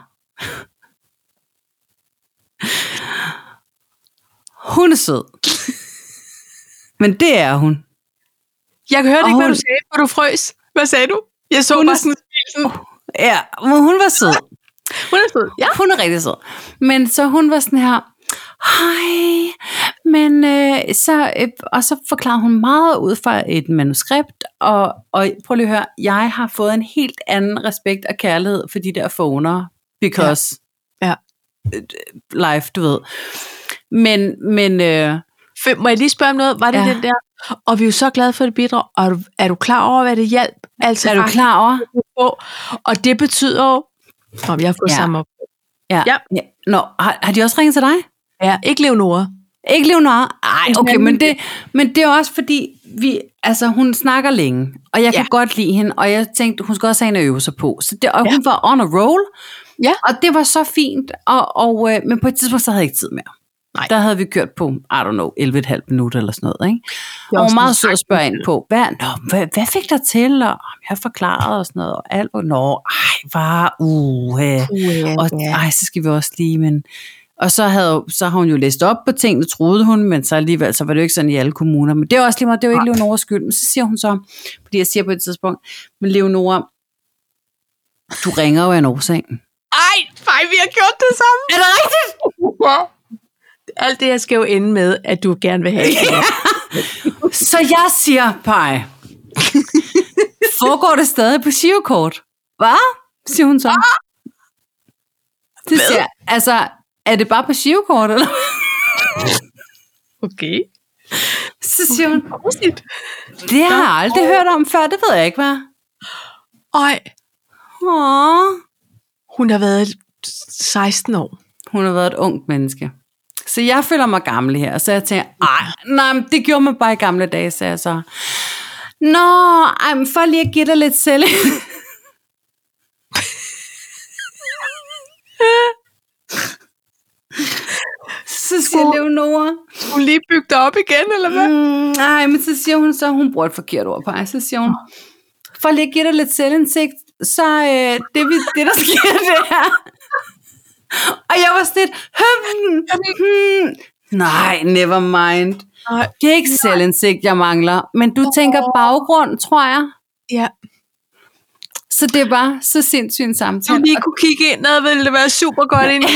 Speaker 2: Hun er sød. Men det er hun.
Speaker 1: Jeg hørte
Speaker 2: Og
Speaker 1: ikke, hvad
Speaker 2: hun-
Speaker 1: du sagde, for du frøs. Hvad sagde du? Jeg så
Speaker 2: Hun er
Speaker 1: bare sådan...
Speaker 2: Ja, men hun var sød.
Speaker 1: Hun er sød. Ja.
Speaker 2: Hun er rigtig sød. Men så hun var sådan her, hej, men og så forklarer hun meget ud fra et manuskript, og prøv lige at høre, jeg har fået en helt anden respekt og kærlighed for de der phoner, because
Speaker 1: Ja.
Speaker 2: life, du ved. Men
Speaker 1: Må jeg lige spørge om noget? Var det
Speaker 2: Ja.
Speaker 1: den der? Og vi er jo så glade for det bidrag. Og er du klar over, hvad det hjalp? Altså,
Speaker 2: er du
Speaker 1: faktisk
Speaker 2: klar over?
Speaker 1: på? Og det betyder jo... Om jeg har fået
Speaker 2: Ja.
Speaker 1: samme op.
Speaker 2: Ja.
Speaker 1: Ja.
Speaker 2: Nå, har de også ringet til dig?
Speaker 1: Ja, ikke Leonora.
Speaker 2: Ikke Leonora? Ej, okay, men det er også fordi, hun snakker længe, og jeg kan godt lide hende, og jeg tænkte, hun skal også have en at øve sig på. Så det, og hun var on a roll,
Speaker 1: Ja.
Speaker 2: og det var så fint, men på et tidspunkt, så havde jeg ikke tid mere.
Speaker 1: Nej.
Speaker 2: Der havde vi kørt på, I don't know, 11,5 minutter eller sådan noget, ikke?
Speaker 1: er
Speaker 2: Og
Speaker 1: også
Speaker 2: hun var meget
Speaker 1: en
Speaker 2: sød at spørge ind på, hvad fik der til? Og jeg forklarede og sådan noget, og alt var, og så skal vi også lige, men... Og så har hun jo læst op på tingene, troede hun, men så alligevel, så var det jo ikke sådan i alle kommuner. Men det er også lige meget, det er jo ikke Leonoras skyld. Men så siger hun så, fordi jeg siger på et tidspunkt, men Leonora, du ringer jo af en årsag.
Speaker 1: Ej, vi har gjort det samme.
Speaker 2: Er det rigtigt?
Speaker 1: Ja. Alt det, jeg skal jo ende med, at du gerne vil have.
Speaker 2: Så jeg siger, Paj, foregår det stadig på girokort? Hvad? Siger hun så. Det siger jeg, altså, er det bare på girokort, eller?
Speaker 1: Okay.
Speaker 2: Så siger hun,
Speaker 1: Præcis.
Speaker 2: det har jeg aldrig hørt om før, det ved jeg ikke, hvad.
Speaker 1: Ej,
Speaker 2: Åh.
Speaker 1: hun har været 16 år.
Speaker 2: Hun har været et ungt menneske. Så jeg føler mig gammel her, så jeg tænker, nej, men det gjorde man bare i gamle dage, sagde jeg så. Men for lige at give dig lidt selv. Så siger Leonora.
Speaker 1: Hun lige bygget dig op igen, eller hvad?
Speaker 2: Nej, men så siger hun så, hun bruger et forkert ord på mig, så siger hun, for lige at give dig lidt selvindsigt, så det der sker, det her. Og jeg var sådan lidt, nej, never mind.
Speaker 1: Nej.
Speaker 2: Det er ikke selvindsigt, jeg mangler, men du tænker baggrund, tror jeg.
Speaker 1: Ja.
Speaker 2: Så det var så sindssygt en
Speaker 1: Du
Speaker 2: samtale.
Speaker 1: lige kunne kigge ind, og ville det være super godt ind i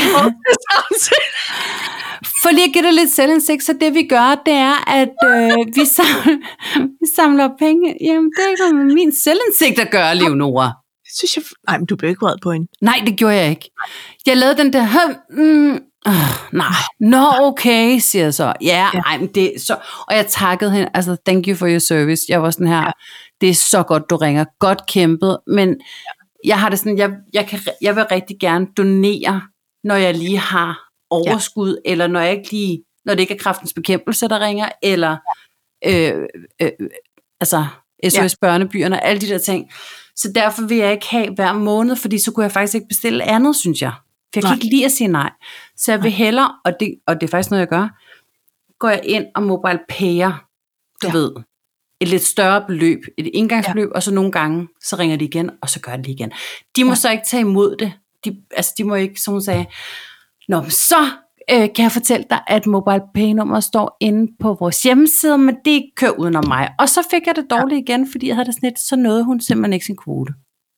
Speaker 2: For lige at give dig lidt selvindsigt, så det vi gør, det er, at vi samler penge. Jamen, det er ikke noget med min selvindsigt at gøre, Leonora.
Speaker 1: Synes jeg... Nej, men du blev ikke vred på hende.
Speaker 2: Nej, det gjorde jeg ikke. Jeg lavede den der, nej, okay, siger jeg så. Nej, men det så. Og jeg takkede hende, altså, thank you for your service. Jeg var sådan her, det er så godt, du ringer. Godt kæmpet, men jeg har det sådan, jeg vil rigtig gerne donere, når jeg lige har overskud, eller når jeg ikke lige, når det ikke er Kræftens Bekæmpelse, der ringer, eller altså SOS Børnebyerne og alle de der ting. Så derfor vil jeg ikke have hver måned, fordi så kunne jeg faktisk ikke bestille andet, synes jeg. For jeg kan ikke lide at sige nej. Så jeg vil hellere, og det er faktisk noget, jeg gør, går jeg ind og mobile payer, du ved, et lidt større beløb, et indgangsbeløb, og så nogle gange, så ringer de igen, og så gør de det igen. De må så ikke tage imod det. De må ikke, som hun sagde, så kan jeg fortælle dig, at mobile pay-nummer står inde på vores hjemmeside, men det kører udenom mig. Og så fik jeg det dårligt igen, fordi jeg havde det sådan lidt, så nåede hun simpelthen ikke sin kvote.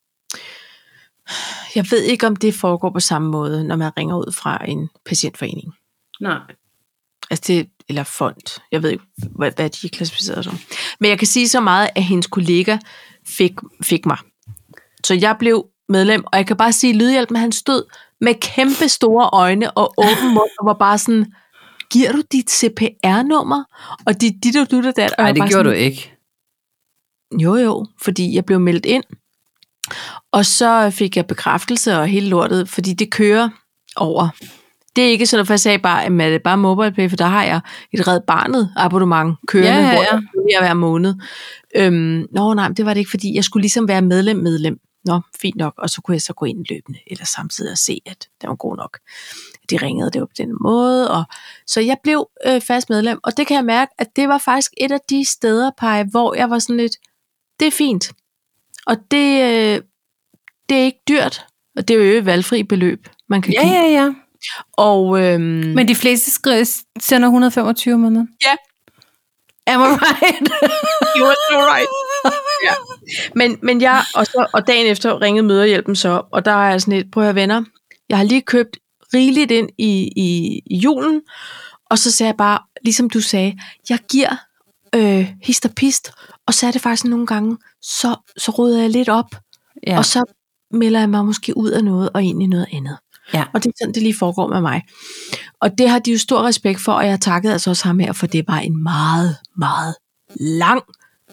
Speaker 1: Jeg ved ikke, om det foregår på samme måde, når man ringer ud fra en patientforening.
Speaker 2: Nej.
Speaker 1: Altså det, eller fond. Jeg ved ikke, hvad de er klassificeret som. Men jeg kan sige så meget, at hendes kollega fik mig. Så jeg blev medlem, og jeg kan bare sige, at Lydhjælpen, han stod med kæmpe store øjne og åben mund, og var bare sådan, giver du dit CPR-nummer? Og dit og dut og dat.
Speaker 2: Nej, det gjorde du ikke.
Speaker 1: Jo, fordi jeg blev meldt ind. Og så fik jeg bekræftelse og hele lortet, fordi det kører over Det er ikke sådan, for jeg sagde bare, at det er bare MobilePay, for der har jeg et Red Barnet abonnement kørende, hvor jeg er hver måned. Nej, det var det ikke, fordi jeg skulle ligesom være medlem. Nå, fint nok, og så kunne jeg så gå ind løbende, eller samtidig og se, at det var god nok. De ringede, det var på den måde, og så jeg blev fast medlem, og det kan jeg mærke, at det var faktisk et af de steder, Paj, hvor jeg var sådan lidt, det er fint, og det er ikke dyrt, og det er jo et valgfri beløb, man kan give.
Speaker 2: Ja.
Speaker 1: Og,
Speaker 2: men de fleste sender 125 om måneden.
Speaker 1: Ja.
Speaker 2: Am I right?
Speaker 1: You are so right. Ja. Men jeg, og dagen efter ringede Møderhjælpen så, og der er jeg sådan et, prøv at høre venner, jeg har lige købt rigeligt ind i julen, og så sagde jeg bare, ligesom du sagde, jeg giver hist og pist, og så er det faktisk nogle gange, så rydder jeg lidt op, og så melder jeg mig måske ud af noget, og ind i noget andet.
Speaker 2: Ja.
Speaker 1: Og det er sådan, det lige foregår med mig. Og det har de jo stor respekt for, og jeg har takket altså også ham her, for det var en meget, meget lang,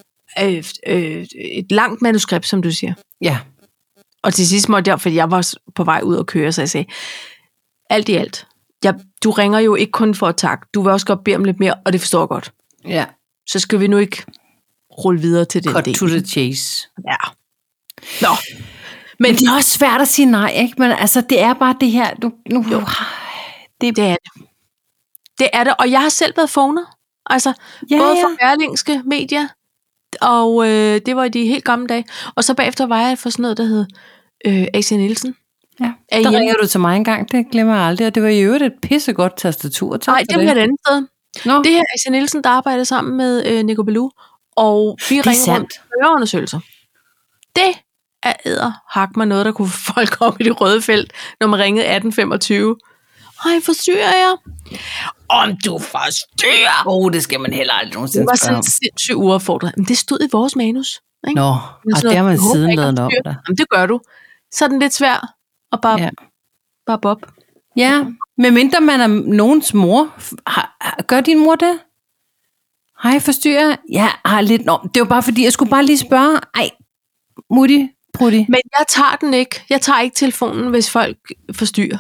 Speaker 1: et langt manuskript, som du siger.
Speaker 2: Ja.
Speaker 1: Og til sidst måtte jeg, fordi jeg var på vej ud og køre, så jeg sagde, alt i alt, du ringer jo ikke kun for at takke, du vil også godt bede om lidt mere, og det forstår jeg godt.
Speaker 2: Ja.
Speaker 1: Så skal vi nu ikke rulle videre til den
Speaker 2: del.
Speaker 1: Cut
Speaker 2: to the chase.
Speaker 1: Ja. Nå.
Speaker 2: Men det er også svært at sige nej, ikke? Men altså, det er bare det her,
Speaker 1: det er det. Det er det, og jeg har selv været phoner. Altså, både for Berlingske Medier, og det var i de helt gamle dage. Og så bagefter var jeg for sådan noget, der hed AC Nielsen.
Speaker 2: Ja, der ringer du til mig engang, det glemmer jeg aldrig. Og det var i øvrigt et pissegodt tastatur.
Speaker 1: Nej, det var et andet sted. Nå. Det her AC Nielsen, der arbejdede sammen med Nico Bellu, og vi ringer rundt til høreundersøgelser. Det er hak mig noget, der kunne få folk op i det røde felt, når man ringede 1825. Hej, forstyrrer jeg? Om du forstyrrer?
Speaker 2: Det skal man heller aldrig nogensinde.
Speaker 1: Det var sådan en sindssygt uaffordret. Men det stod i vores manus. Ikke?
Speaker 2: Nå, og det har man siden lavet op der.
Speaker 1: Jamen, det gør du. Så er den lidt svær at bare bob.
Speaker 2: Ja, medmindre man er nogens mor. Gør din mor det? Hej, forstyrrer? Ja, har lidt. Nå, det var bare fordi, jeg skulle bare lige spørge. Ej, mutti, prutti.
Speaker 1: Men jeg tager den ikke. Jeg tager ikke telefonen, hvis folk forstyrrer.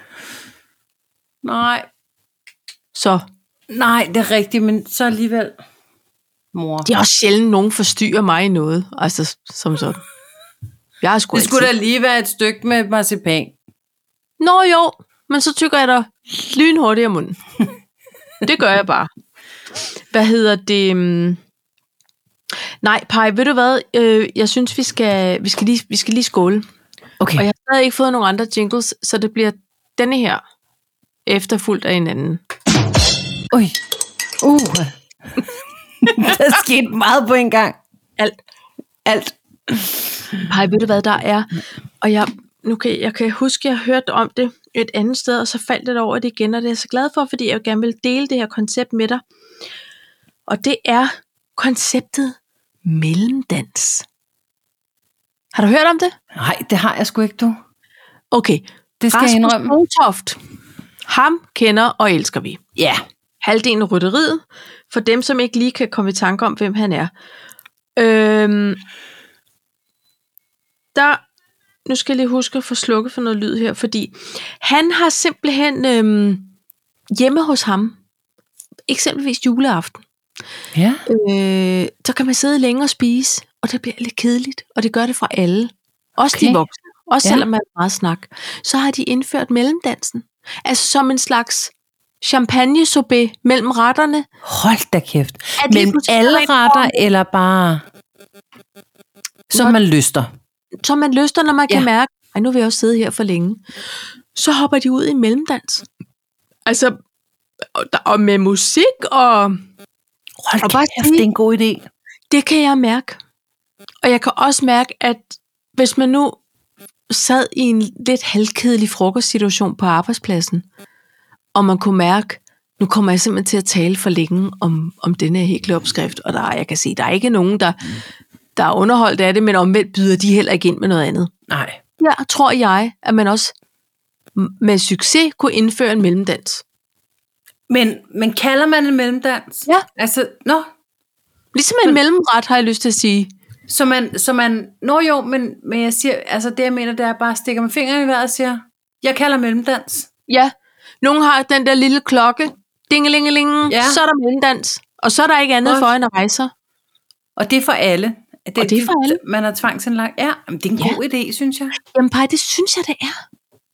Speaker 2: Nej.
Speaker 1: Så.
Speaker 2: Nej, det er rigtigt, men så alligevel. Mor.
Speaker 1: Det er også sjældent, nogen forstyrrer mig i noget. Altså, som sådan. Jeg
Speaker 2: det skulle da lige være et stykke med marcipan.
Speaker 1: Nå jo, men så tykker jeg da lynhurtigt af munden. Det gør jeg bare. Hvad hedder det? Nej, Paj, ved du hvad? Jeg synes, vi skal lige skåle.
Speaker 2: Okay.
Speaker 1: Og jeg har stadig ikke fået nogen andre jingles, så det bliver denne her efterfulgt af en anden.
Speaker 2: Oj. Der skete meget på en gang. Alt.
Speaker 1: Pej, ved du hvad der er? Og jeg kan huske, jeg hørte om det et andet sted, og så faldt det over det igen, og det er jeg så glad for, fordi jeg gerne vil dele det her koncept med dig. Og det er konceptet mellemdans. Har du hørt om det?
Speaker 2: Nej, det har jeg sgu ikke, du.
Speaker 1: Okay.
Speaker 2: Det skal jeg indrømme.
Speaker 1: Rasmus Motoft. Ham kender og elsker vi.
Speaker 2: Ja.
Speaker 1: Halvdelen af rytteriet, for dem, som ikke lige kan komme i tanke om, hvem han er. Nu skal jeg lige huske at få slukket for noget lyd her, fordi han har simpelthen hjemme hos ham, eksempelvis juleaften, så kan man sidde længe og spise, og det bliver lidt kedeligt, og det gør det for alle. Også de voksne, også selvom man er meget snak. Så har de indført mellemdansen. Altså som en slags champagne-sorbet mellem retterne.
Speaker 2: Hold da kæft. Mellem alle retter, eller bare som man lyster? Som
Speaker 1: man lyster, når man kan mærke, nu vil jeg også sidde her for længe. Så hopper de ud i mellemdans. Altså, og med musik, og
Speaker 2: hold kæft, det er en god idé.
Speaker 1: Det kan jeg mærke. Og jeg kan også mærke, at hvis man nu sad i en lidt halvkedelig frokostsituation på arbejdspladsen, og man kunne mærke, nu kommer jeg simpelthen til at tale for længe om denne hækleopskrift, og jeg kan se, der er ikke nogen, der er underholdt af det, men omvendt byder de heller ikke ind med noget andet.
Speaker 2: Nej.
Speaker 1: Ja, tror jeg, at man også med succes kunne indføre en mellemdans.
Speaker 2: Men kalder man en mellemdans?
Speaker 1: Ja.
Speaker 2: Altså,
Speaker 1: ligesom en mellemret, har jeg lyst til at sige.
Speaker 2: Så man men jeg siger, altså det jeg mener, det er bare, stikker med fingrene i vejret og siger, jeg kalder mellemdans.
Speaker 1: Ja, Nogle har den der lille klokke. Dingelingeling.
Speaker 2: Ja.
Speaker 1: Så er der mellemdans. Og så er der ikke andet
Speaker 2: Godt.
Speaker 1: for end at rejse sig.
Speaker 2: Og det er for alle.
Speaker 1: Og det er for alle.
Speaker 2: Man har tvangsindlagt. Ja, men det er en god idé, synes jeg.
Speaker 1: Jamen Paj, det synes jeg, det er.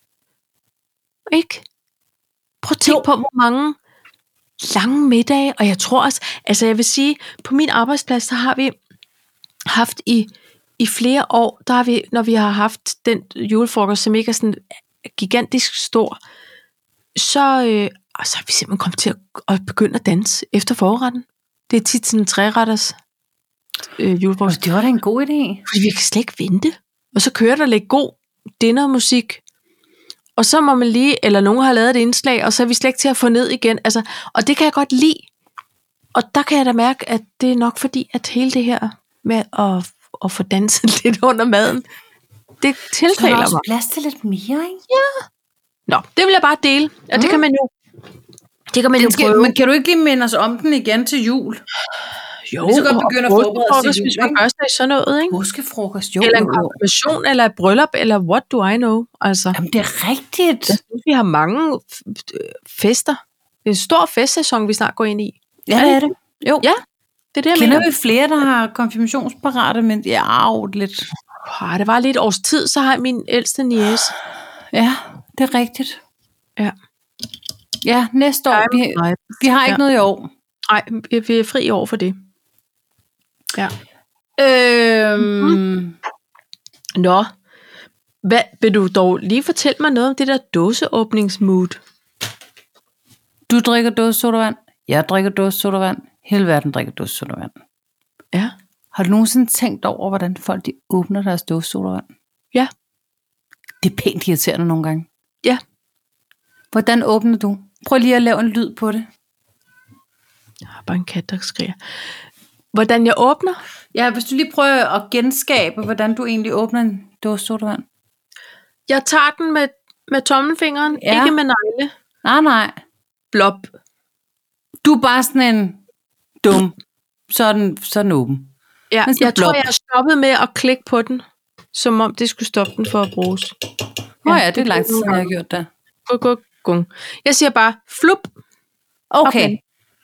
Speaker 1: Ikke? Prøv at tænke på, hvor mange lange middage, og jeg tror også, altså jeg vil sige, på min arbejdsplads, så har vi haft i flere år, der har vi, når vi har haft den julefrokost, som ikke er sådan gigantisk stor, så har vi simpelthen kommet til at begynde at danse efter forretten. Det er tit sådan en 3-retters julefrokost.
Speaker 2: Det var da en god idé.
Speaker 1: Fordi vi kan slet ikke vente. Og så kører der lidt god dinnermusik, og så må man lige, eller nogen har lavet et indslag, og så er vi slet ikke til at få ned igen. Altså, og det kan jeg godt lide. Og der kan jeg da mærke, at det er nok fordi, at hele det her med at få danset lidt under maden, det tiltaler
Speaker 2: Så er der
Speaker 1: mig.
Speaker 2: også plads til lidt mere, ikke?
Speaker 1: Ja. Nå, det vil jeg bare dele. Og det kan man jo prøve.
Speaker 2: Men kan du ikke lige minde os om den igen til jul?
Speaker 1: Jo,
Speaker 2: vi så godt begynde at forberede os til jul,
Speaker 1: hvis man gør sig i sådan noget, ikke?
Speaker 2: Påskefrokost, jo.
Speaker 1: Eller en konfirmation, eller et bryllup, eller what do I know? Altså,
Speaker 2: Jamen, det er rigtigt.
Speaker 1: jeg synes, vi har mange fester. Det er en stor festsæson, vi snart går ind i.
Speaker 2: Ja, det er det. Jo.
Speaker 1: Ja, det er det, jeg
Speaker 2: Kender
Speaker 1: mener.
Speaker 2: vi flere, der har konfirmationsparate, men det er lidt.
Speaker 1: Det var lidt års tid, så har jeg min ældste niece.
Speaker 2: Ja, det er rigtigt.
Speaker 1: Ja.
Speaker 2: Ja, næste år. Vi har ikke noget i år.
Speaker 1: Nej, vi er fri over for det. Ja. Nå, hvad, vil du dog lige fortælle mig noget om det der dåseåbningsmood?
Speaker 2: Du drikker dåsesodavand. Jeg drikker dåsesodavand. Hele verden drikker dåsesodavand.
Speaker 1: Ja.
Speaker 2: Har du nogensinde tænkt over, hvordan folk de åbner deres dåsesodavand?
Speaker 1: Ja.
Speaker 2: Det er pænt irriterende nogle gange.
Speaker 1: Ja.
Speaker 2: Hvordan åbner du? Prøv lige at lave en lyd på det.
Speaker 1: Jeg har bare en kat, der skriger. Hvordan jeg åbner?
Speaker 2: Ja, hvis du lige prøver at genskabe, hvordan du egentlig åbner en dåse sodavand.
Speaker 1: Jeg tager den med tommelfingeren, ikke med negle.
Speaker 2: Nej.
Speaker 1: Blop.
Speaker 2: Du er bare sådan en dum. Så er den åben.
Speaker 1: Ja, jeg
Speaker 2: blop.
Speaker 1: tror, jeg har stoppet med at klikke på den, som om det skulle stoppe den for at bruges.
Speaker 2: Ja, det er lang tid siden, jeg har gjort det.
Speaker 1: Gung. Jeg siger bare, flup.
Speaker 2: Okay.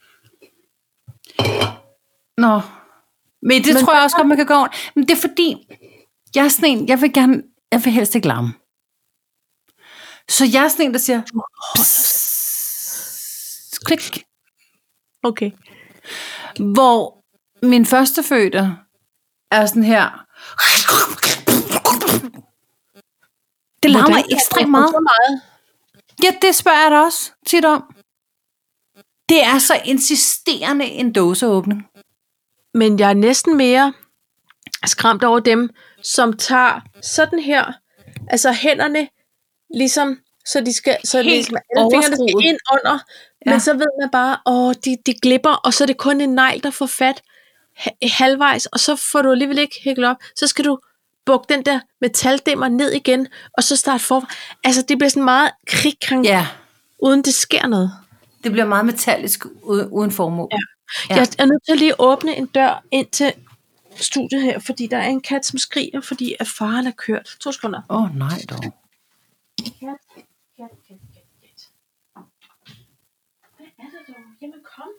Speaker 2: Nå. Men det tror jeg også godt, man kan gå over. Men det er fordi, jeg er sådan en, jeg vil helst ikke larme. Så jeg er sådan en, der siger, klik.
Speaker 1: Okay.
Speaker 2: Hvor min førstefødte er sådan her. Det larmer ekstremt meget. Ja, det spørger jeg dig også tit om. Det er så insisterende en dåseåbning.
Speaker 1: Men jeg er næsten mere skræmt over dem, som tager sådan her, altså hænderne, ligesom, så de skal, så
Speaker 2: helt
Speaker 1: ligesom, alle fingrene skal ind under, men så ved man bare, de glipper, og så er det kun en negl, der får fat halvvejs, og så får du alligevel ikke hæklet op, så skal du bukke den der metaldæmmer ned igen, og så starte forfra. Altså, det bliver sådan meget krig-krang, uden det sker noget.
Speaker 2: Det bliver meget metallisk uden formål. Ja.
Speaker 1: Jeg er nødt til at lige åbne en dør ind til studiet her, fordi der er en kat, som skriger, fordi at faren er kørt. 2 sekunder.
Speaker 2: Nej dog.
Speaker 1: Kat. Hvad er det dog? Jamen kom.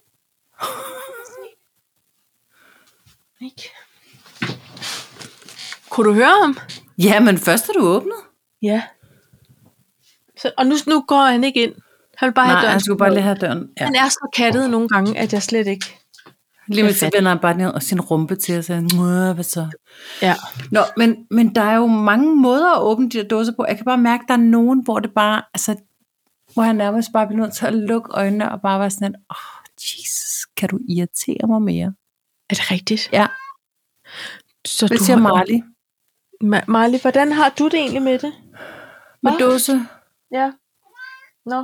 Speaker 1: Ikke. Kunne du høre ham?
Speaker 2: Ja, men først er du åbnet.
Speaker 1: Ja. Så, og nu går han ikke ind. Han vil bare have døren.
Speaker 2: Han skulle bare lige have døren. Ja.
Speaker 1: Han er så kattet nogle gange, at jeg slet ikke...
Speaker 2: Lige med så vender han bare ned og sin rumpe til og siger, hvad så?
Speaker 1: Ja.
Speaker 2: Nå, men der er jo mange måder at åbne de der dåser på. Jeg kan bare mærke, at der er nogen, hvor det bare, altså, hvor han nærmest bare bliver nødt til at lukke øjnene og bare være sådan, Jesus, kan du irritere mig mere?
Speaker 1: Er det rigtigt?
Speaker 2: Ja.
Speaker 1: Så
Speaker 2: det siger Marley.
Speaker 1: Marley, hvordan har du det egentlig med det?
Speaker 2: Med dåse?
Speaker 1: Ja. Nå.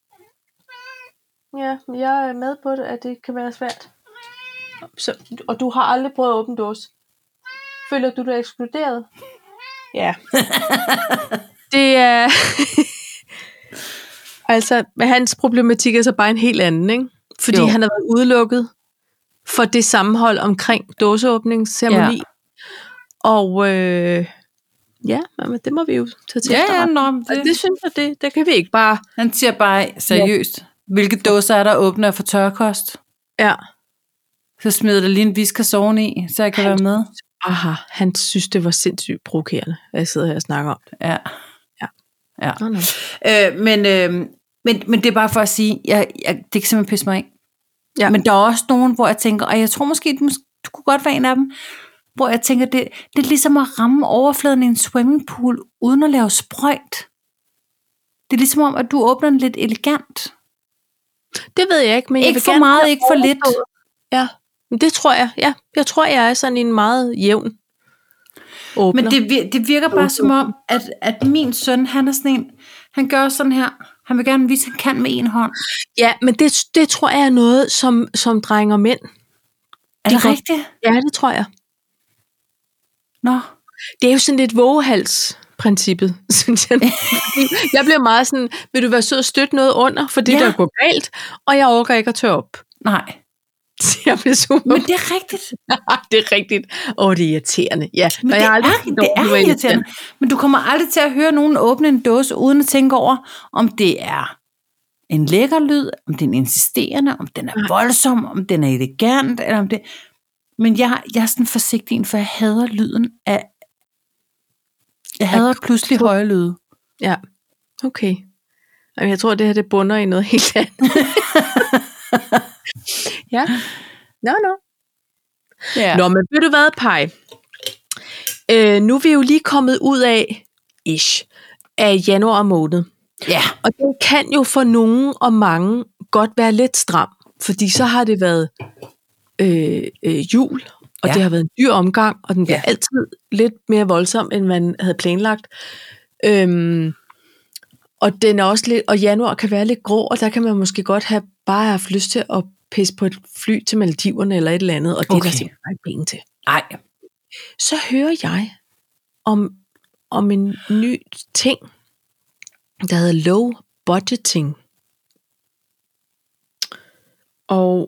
Speaker 1: Ja, jeg er med på det, at det kan være svært. Så, og du har aldrig prøvet at åbne dåse. Føler du dig ekskluderet? Ja. Det er... altså, hans problematik er så bare en helt anden, ikke? Fordi han har været udelukket for det sammenhold omkring dåseåbningsceremoni. Ja. Og Ja, men det må vi jo tage til.
Speaker 2: Det
Speaker 1: synes jeg, det kan vi ikke bare...
Speaker 2: Han siger bare seriøst, hvilke dåser er der åbne for tørkost?
Speaker 1: Ja.
Speaker 2: Så smider der lige en Whiskas oven i, så jeg kan være med.
Speaker 1: Aha, han synes, det var sindssygt provokerende, at jeg sidder her og snakker om det.
Speaker 2: Ja.
Speaker 1: No.
Speaker 2: Men det er bare for at sige, det kan simpelthen pisse mig af.
Speaker 1: Ja.
Speaker 2: Men der er også nogen, hvor jeg tænker, og jeg tror måske, du kunne godt være en af dem, hvor jeg tænker, det er ligesom at ramme overfladen i en swimmingpool, uden at lave sprøjt. Det er ligesom om, at du åbner den lidt elegant.
Speaker 1: Det ved jeg ikke, men
Speaker 2: ikke
Speaker 1: jeg vil
Speaker 2: for
Speaker 1: gerne
Speaker 2: meget, ikke for lidt.
Speaker 1: Ja, men det tror jeg. Ja, jeg tror, jeg er sådan en meget jævn åbner.
Speaker 2: Men det virker bare som om, at min søn, han er sådan en, han gør sådan her. Han vil gerne vise, at han kan med en hånd.
Speaker 1: Ja, men det tror jeg er noget, som drænger mænd.
Speaker 2: Er det rigtigt?
Speaker 1: Ja, det tror jeg.
Speaker 2: Nå.
Speaker 1: Det er jo sådan lidt vågehals-princippet, synes jeg. Jeg bliver meget sådan, vil du være sød og støtte noget under, for det der går galt, og jeg overgår ikke at tørre op.
Speaker 2: Nej.
Speaker 1: Jeg bliver super.
Speaker 2: Men det er rigtigt.
Speaker 1: Det er rigtigt. Det er irriterende. Ja,
Speaker 2: men det er irriterende. Men du kommer aldrig til at høre nogen åbne en dåse, uden at tænke over, om det er en lækker lyd, om det er en insisterende, om den er voldsom, om den er elegant, eller om det... Men jeg er sådan forsigtig, for jeg hader lyden af... Jeg hader pludselig høje lyde.
Speaker 1: Ja, okay. Jeg tror, det her det bunder i noget helt andet. Ja. No.
Speaker 2: Yeah.
Speaker 1: Nå, men ved du hvad, Paj? Nu er vi jo lige kommet ud af januar måned.
Speaker 2: Ja.
Speaker 1: Og det kan jo for nogen og mange godt være lidt stram, fordi så har det været jul, og det har været en dyr omgang, og den bliver altid lidt mere voldsom, end man havde planlagt. Og den er også lidt, og januar kan være lidt grå, og der kan man måske godt bare haft lyst til at pisse på et fly til Maldiverne eller et eller andet, og det er der simpelthen ikke penge til.
Speaker 2: Nej.
Speaker 1: Så hører jeg om en ny ting, der hedder low budgeting. Og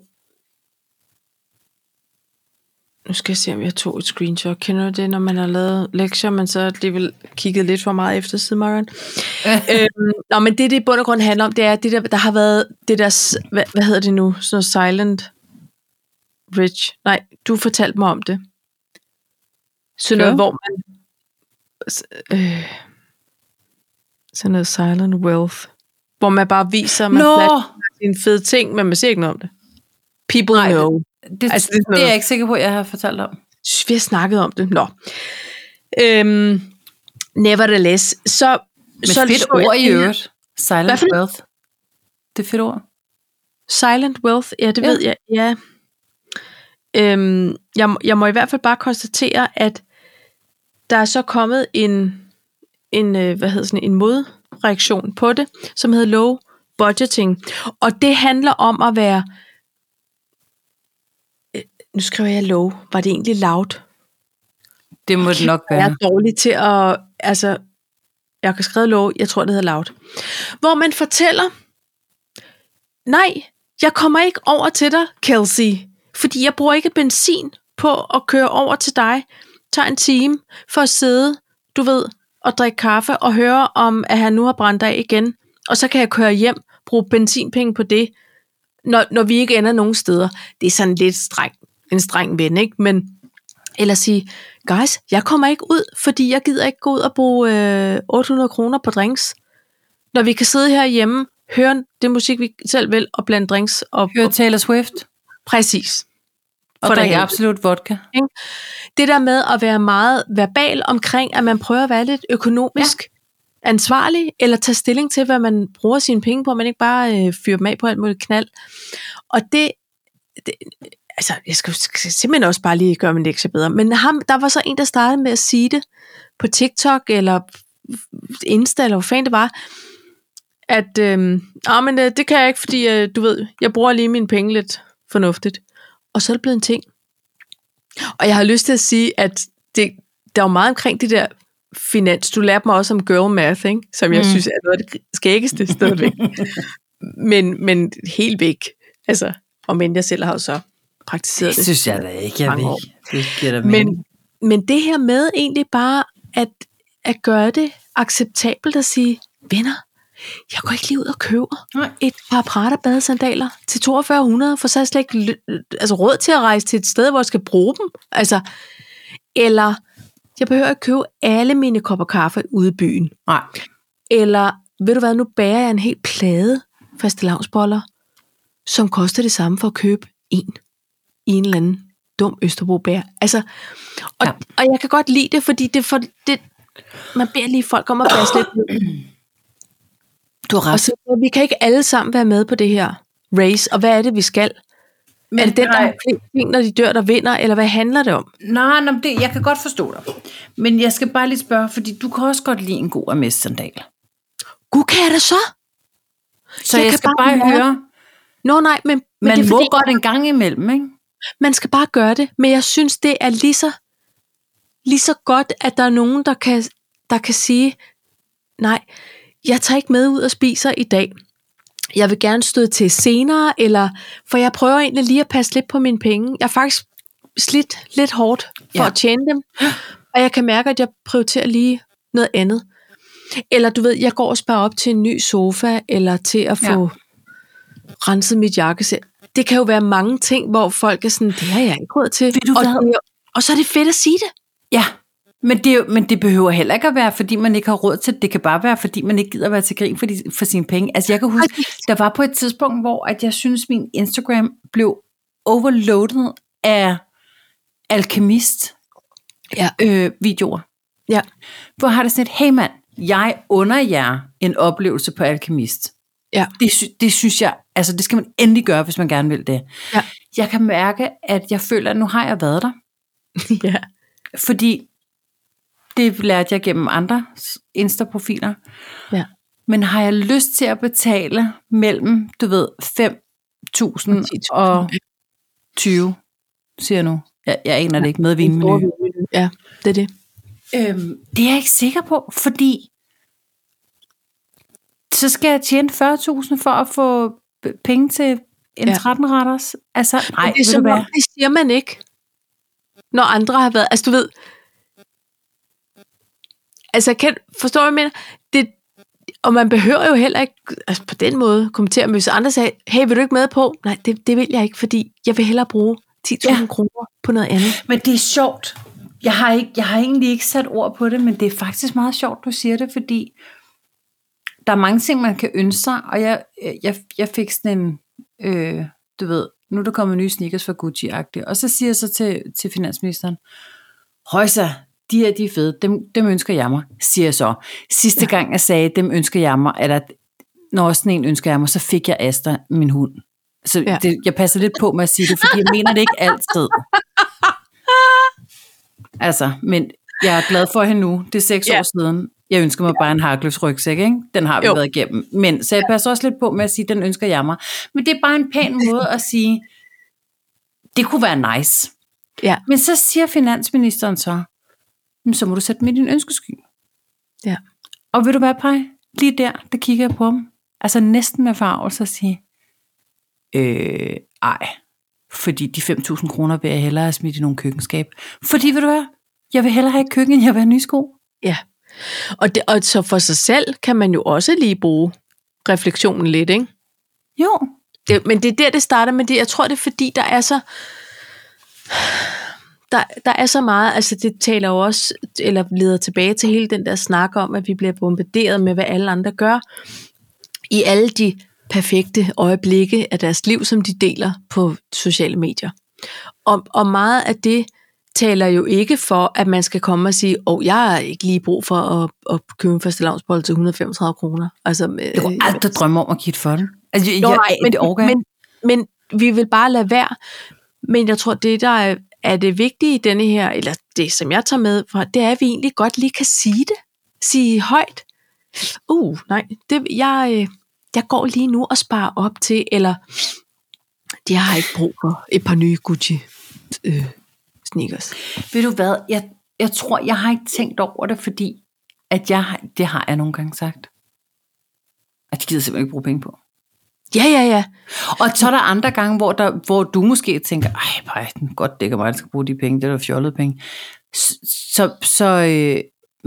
Speaker 1: nu skal jeg se, om jeg tog et screenshot. Kender du det, når man har lavet lektier, men så alligevel kigget lidt for meget efter sidemarkeren? Nå, men det i bund og grund handler om, det er, det der har været, det der, hvad hedder det nu? Sådan noget silent rich. Nej, du fortalte mig om det. Sådan noget, hvor man... sådan noget silent wealth. Hvor man bare viser, at man flasher en fed ting, men man siger ikke noget om det. People know.
Speaker 2: Det er jeg ikke sikker på, at jeg har fortalt om.
Speaker 1: Vi har snakket om det. Nå. Nevertheless. Så
Speaker 2: fedt ord i øvrigt. Silent wealth. Det er fedt ord.
Speaker 1: Silent wealth, ja, det ved jeg. Ja. Jeg må i hvert fald bare konstatere, at der er så kommet en modreaktion på det, som hedder low budgeting. Og det handler om at være... Nu skriver jeg low. Var det egentlig loud?
Speaker 2: Det må det nok være.
Speaker 1: Jeg er dårlig til at... Altså, jeg kan skrive low. Jeg tror, det hedder loud. Hvor man fortæller... Nej, jeg kommer ikke over til dig, Kelsey. Fordi jeg bruger ikke benzin på at køre over til dig. Tager en time for at sidde, du ved, og drikke kaffe og høre om, at han nu har brændt af igen. Og så kan jeg køre hjem, bruge benzinpenge på det, når vi ikke ender nogen steder. Det er sådan lidt en streng ven, ikke? Men ellers sige, guys, jeg kommer ikke ud, fordi jeg gider ikke gå ud og bruge 800 kroner på drinks. Når vi kan sidde herhjemme, høre det musik, vi selv vil, og blande drinks.
Speaker 2: Høre Taylor Swift.
Speaker 1: Præcis.
Speaker 2: Og drikke absolut vodka.
Speaker 1: Det der med at være meget verbal omkring, at man prøver at være lidt økonomisk ansvarlig, eller tage stilling til, hvad man bruger sine penge på, man ikke bare fyrer dem af på alt muligt knald. Og det altså, jeg skal simpelthen også bare lige gøre min lektie bedre. Men der var så en, der startede med at sige det på TikTok, eller Insta, eller hvad fanden det var, at men det kan jeg ikke, fordi du ved, jeg bruger lige mine penge lidt fornuftigt. Og så er det blevet en ting. Og jeg har lyst til at sige, at der er jo meget omkring det der finans. Du lærte mig også om girl math, ikke? Som jeg synes er noget af det skæggeste stadigvæk. men helt væk. Altså, og men jeg selv har jo så praktiseret det.
Speaker 2: Det synes jeg da ikke, jeg ved. Det giver da
Speaker 1: men det her med egentlig bare, at gøre det acceptabelt at sige, venner, jeg går ikke lige ud og køber et par Prada badesandaler til 4200, for så er jeg slet ikke råd til at rejse til et sted, hvor jeg skal bruge dem. Altså, eller jeg behøver ikke købe alle mine kopper kaffe ude i byen.
Speaker 2: Nej.
Speaker 1: Eller, ved du hvad, nu bager jeg en hel plade fastelavnsboller, som koster det samme for at købe en i en eller anden dum Østerbro-bager. Altså, og jeg kan godt lide det, fordi man beder lige folk om at passe lidt.
Speaker 2: Du har ret.
Speaker 1: Og så, vi kan ikke alle sammen være med på det her race, og hvad er det, vi skal? Men er det den, der har flest ting, når de dør, der vinder, eller hvad handler det om?
Speaker 2: Nej, jeg kan godt forstå dig. Men jeg skal bare lige spørge, fordi du kan også godt lide en god Hermès-sandal.
Speaker 1: Gud, kan jeg det så?
Speaker 2: Så jeg skal bare høre.
Speaker 1: Nå nej, men
Speaker 2: man
Speaker 1: det er
Speaker 2: må
Speaker 1: fordi,
Speaker 2: godt en gang imellem, ikke?
Speaker 1: Man skal bare gøre det, men jeg synes, det er lige så godt, at der er nogen, der kan sige, nej, jeg tager ikke med ud og spiser i dag. Jeg vil gerne støde til senere, for jeg prøver egentlig lige at passe lidt på mine penge. Jeg er faktisk slidt lidt hårdt for at tjene dem, og jeg kan mærke, at jeg prioriterer lige noget andet. Eller du ved, jeg går og sparer op til en ny sofa, eller til at få renset mit jakkesæt. Det kan jo være mange ting, hvor folk er sådan, det har jeg ikke råd til. Og så er det fedt at sige det.
Speaker 2: Ja, men det behøver heller ikke at være, fordi man ikke har råd til det. Det kan bare være, fordi man ikke gider være til grin for sine penge. Altså jeg kan huske, der var på et tidspunkt, hvor at jeg synes, min Instagram blev overloadet af alkemist videoer.
Speaker 1: Ja.
Speaker 2: Hvor har det sådan et, hey mand, jeg under jer en oplevelse på alkemist.
Speaker 1: Ja.
Speaker 2: Det synes jeg, altså det skal man endelig gøre, hvis man gerne vil det.
Speaker 1: Ja.
Speaker 2: Jeg kan mærke, at jeg føler, at nu har jeg været der.
Speaker 1: Ja.
Speaker 2: Fordi det lærte jeg gennem andre Insta-profiler.
Speaker 1: Ja.
Speaker 2: Men har jeg lyst til at betale mellem, du ved, 5.000 og 20, siger jeg nu. Jeg aner det ikke med vinmenu.
Speaker 1: Ja, det er det.
Speaker 2: Det er jeg ikke sikker på, fordi så skal jeg tjene 40.000 for at få penge til en 13-retters. Altså, nej,
Speaker 1: det er som om, det siger man ikke, når andre har været, altså du ved, altså forstår jeg, mener, det, og man behøver jo heller ikke, altså på den måde, kommentere, hvis andre sagde, hey, vil du ikke med på? Nej, det vil jeg ikke, fordi jeg vil hellere bruge 10.000 kroner på noget andet.
Speaker 2: Men det er sjovt. Jeg har egentlig ikke sat ord på det, men det er faktisk meget sjovt, du siger det, fordi der er mange ting, man kan ønske sig, og jeg fik sådan en, du ved, nu er der kommet nye sneakers fra Gucci-agtigt, og så siger jeg så til finansministeren, højsa, de er fede, dem ønsker jeg mig, siger jeg så. Sidste gang jeg sagde, dem ønsker jeg mig, eller når sådan en ønsker jeg mig, så fik jeg Asta, min hund. Så jeg passer lidt på med at sige det, fordi jeg mener det ikke altid. Altså, men jeg er glad for hende nu. Det er 6 år siden. Jeg ønsker mig bare en Harkløs rygsæk, ikke? Den har vi været igennem. Men så jeg passer også lidt på med at sige, den ønsker jeg mig. Men det er bare en pæn måde at sige, det kunne være nice.
Speaker 1: Ja.
Speaker 2: Men så siger finansministeren så må du sætte dem i din ønskesky.
Speaker 1: Ja.
Speaker 2: Og vil du være, Paj? Lige der kigger jeg på ham. Altså næsten med farvelse at sige, ej. Fordi de 5.000 kroner vil jeg hellere have smidt i nogle køkkenskab. Fordi, ved du hvad? Jeg vil hellere have et køkken, end jeg vil have nye sko.
Speaker 1: Ja. Og så for sig selv kan man jo også lige bruge refleksionen lidt, ikke?
Speaker 2: Jo.
Speaker 1: Men det er der, det starter med det. Jeg tror, det er fordi, der er så... Der er så meget, altså det taler jo også, eller leder tilbage til hele den der snak om, at vi bliver bombarderet med, hvad alle andre gør, i alle de perfekte øjeblikke af deres liv, som de deler på sociale medier. Og meget af det taler jo ikke for, at man skal komme og sige, jeg har ikke lige brug for at købe en fastelavnsbolle til 135 kroner. Altså,
Speaker 2: jeg kunne aldrig drømme om at give for den. Altså,
Speaker 1: men vi vil bare lade være. Men jeg tror, det der er det vigtige i denne her, eller det som jeg tager med fra, det er, at vi egentlig godt lige kan sige det. Sige højt. Nej, jeg går lige nu og sparer op til, eller jeg har ikke brug for et par nye Gucci sneakers.
Speaker 2: Ved du hvad, jeg tror, jeg har ikke tænkt over det, fordi at det har jeg nogle gange sagt. At jeg gider simpelthen ikke bruge penge på.
Speaker 1: Ja.
Speaker 2: Og så er der andre gange, hvor du måske tænker, ej, godt, det kan mig, der skal bruge de penge, det er der fjollede penge.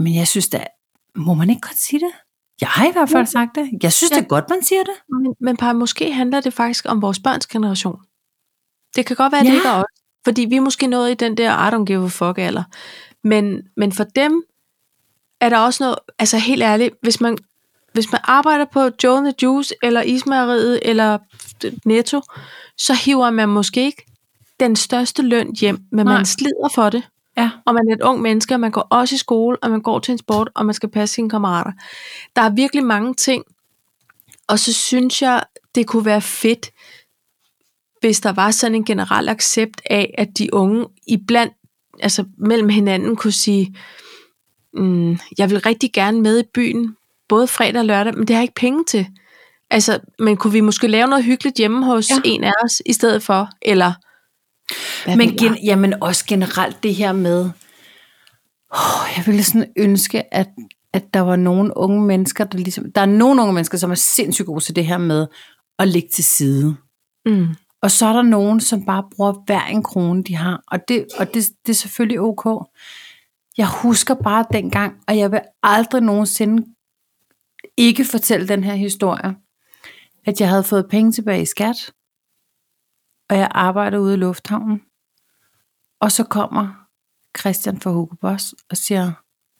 Speaker 2: Men jeg synes da, må man ikke godt sige det? Jeg har i hvert fald sagt det. Jeg synes, det er godt, man siger det.
Speaker 1: Men Paj, måske handler det faktisk om vores børns generation. Det kan godt være, at det ikke er os. Fordi vi er måske nået i den der I don't give a fuck alder. Men for dem er der også noget, altså helt ærligt, hvis man arbejder på Joe and the Juice, eller Ismejeriet, eller Netto, så hiver man måske ikke den største løn hjem, men man slider for det.
Speaker 2: Ja.
Speaker 1: Og man er et ung menneske, og man går også i skole, og man går til en sport, og man skal passe sine kammerater. Der er virkelig mange ting, og så synes jeg, det kunne være fedt, hvis der var sådan en generel accept af, at de unge iblandt, altså mellem hinanden, kunne sige, jeg vil rigtig gerne med i byen, både fredag og lørdag, men det har jeg ikke penge til. Altså, men kunne vi måske lave noget hyggeligt hjemme hos en af os, i stedet for, eller...
Speaker 2: Men også generelt det her med, jeg ville sådan ønske, at der var nogle unge mennesker, der er nogle unge mennesker, som er sindssygt gode til det her med at lægge til side. Og så er der nogen, som bare bruger hver en krone, de har. Og det er selvfølgelig ok. Jeg husker bare dengang, og jeg vil aldrig nogensinde ikke fortælle den her historie, at jeg havde fået penge tilbage i skat, og jeg arbejdede ude i lufthavnen. Og så kommer Christian fra Hugo Boss og siger,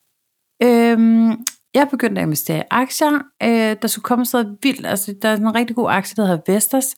Speaker 2: jeg begyndte at investere i aktier. Der skulle komme sådan vildt, altså der er en rigtig god aktie, der hedder Vestas.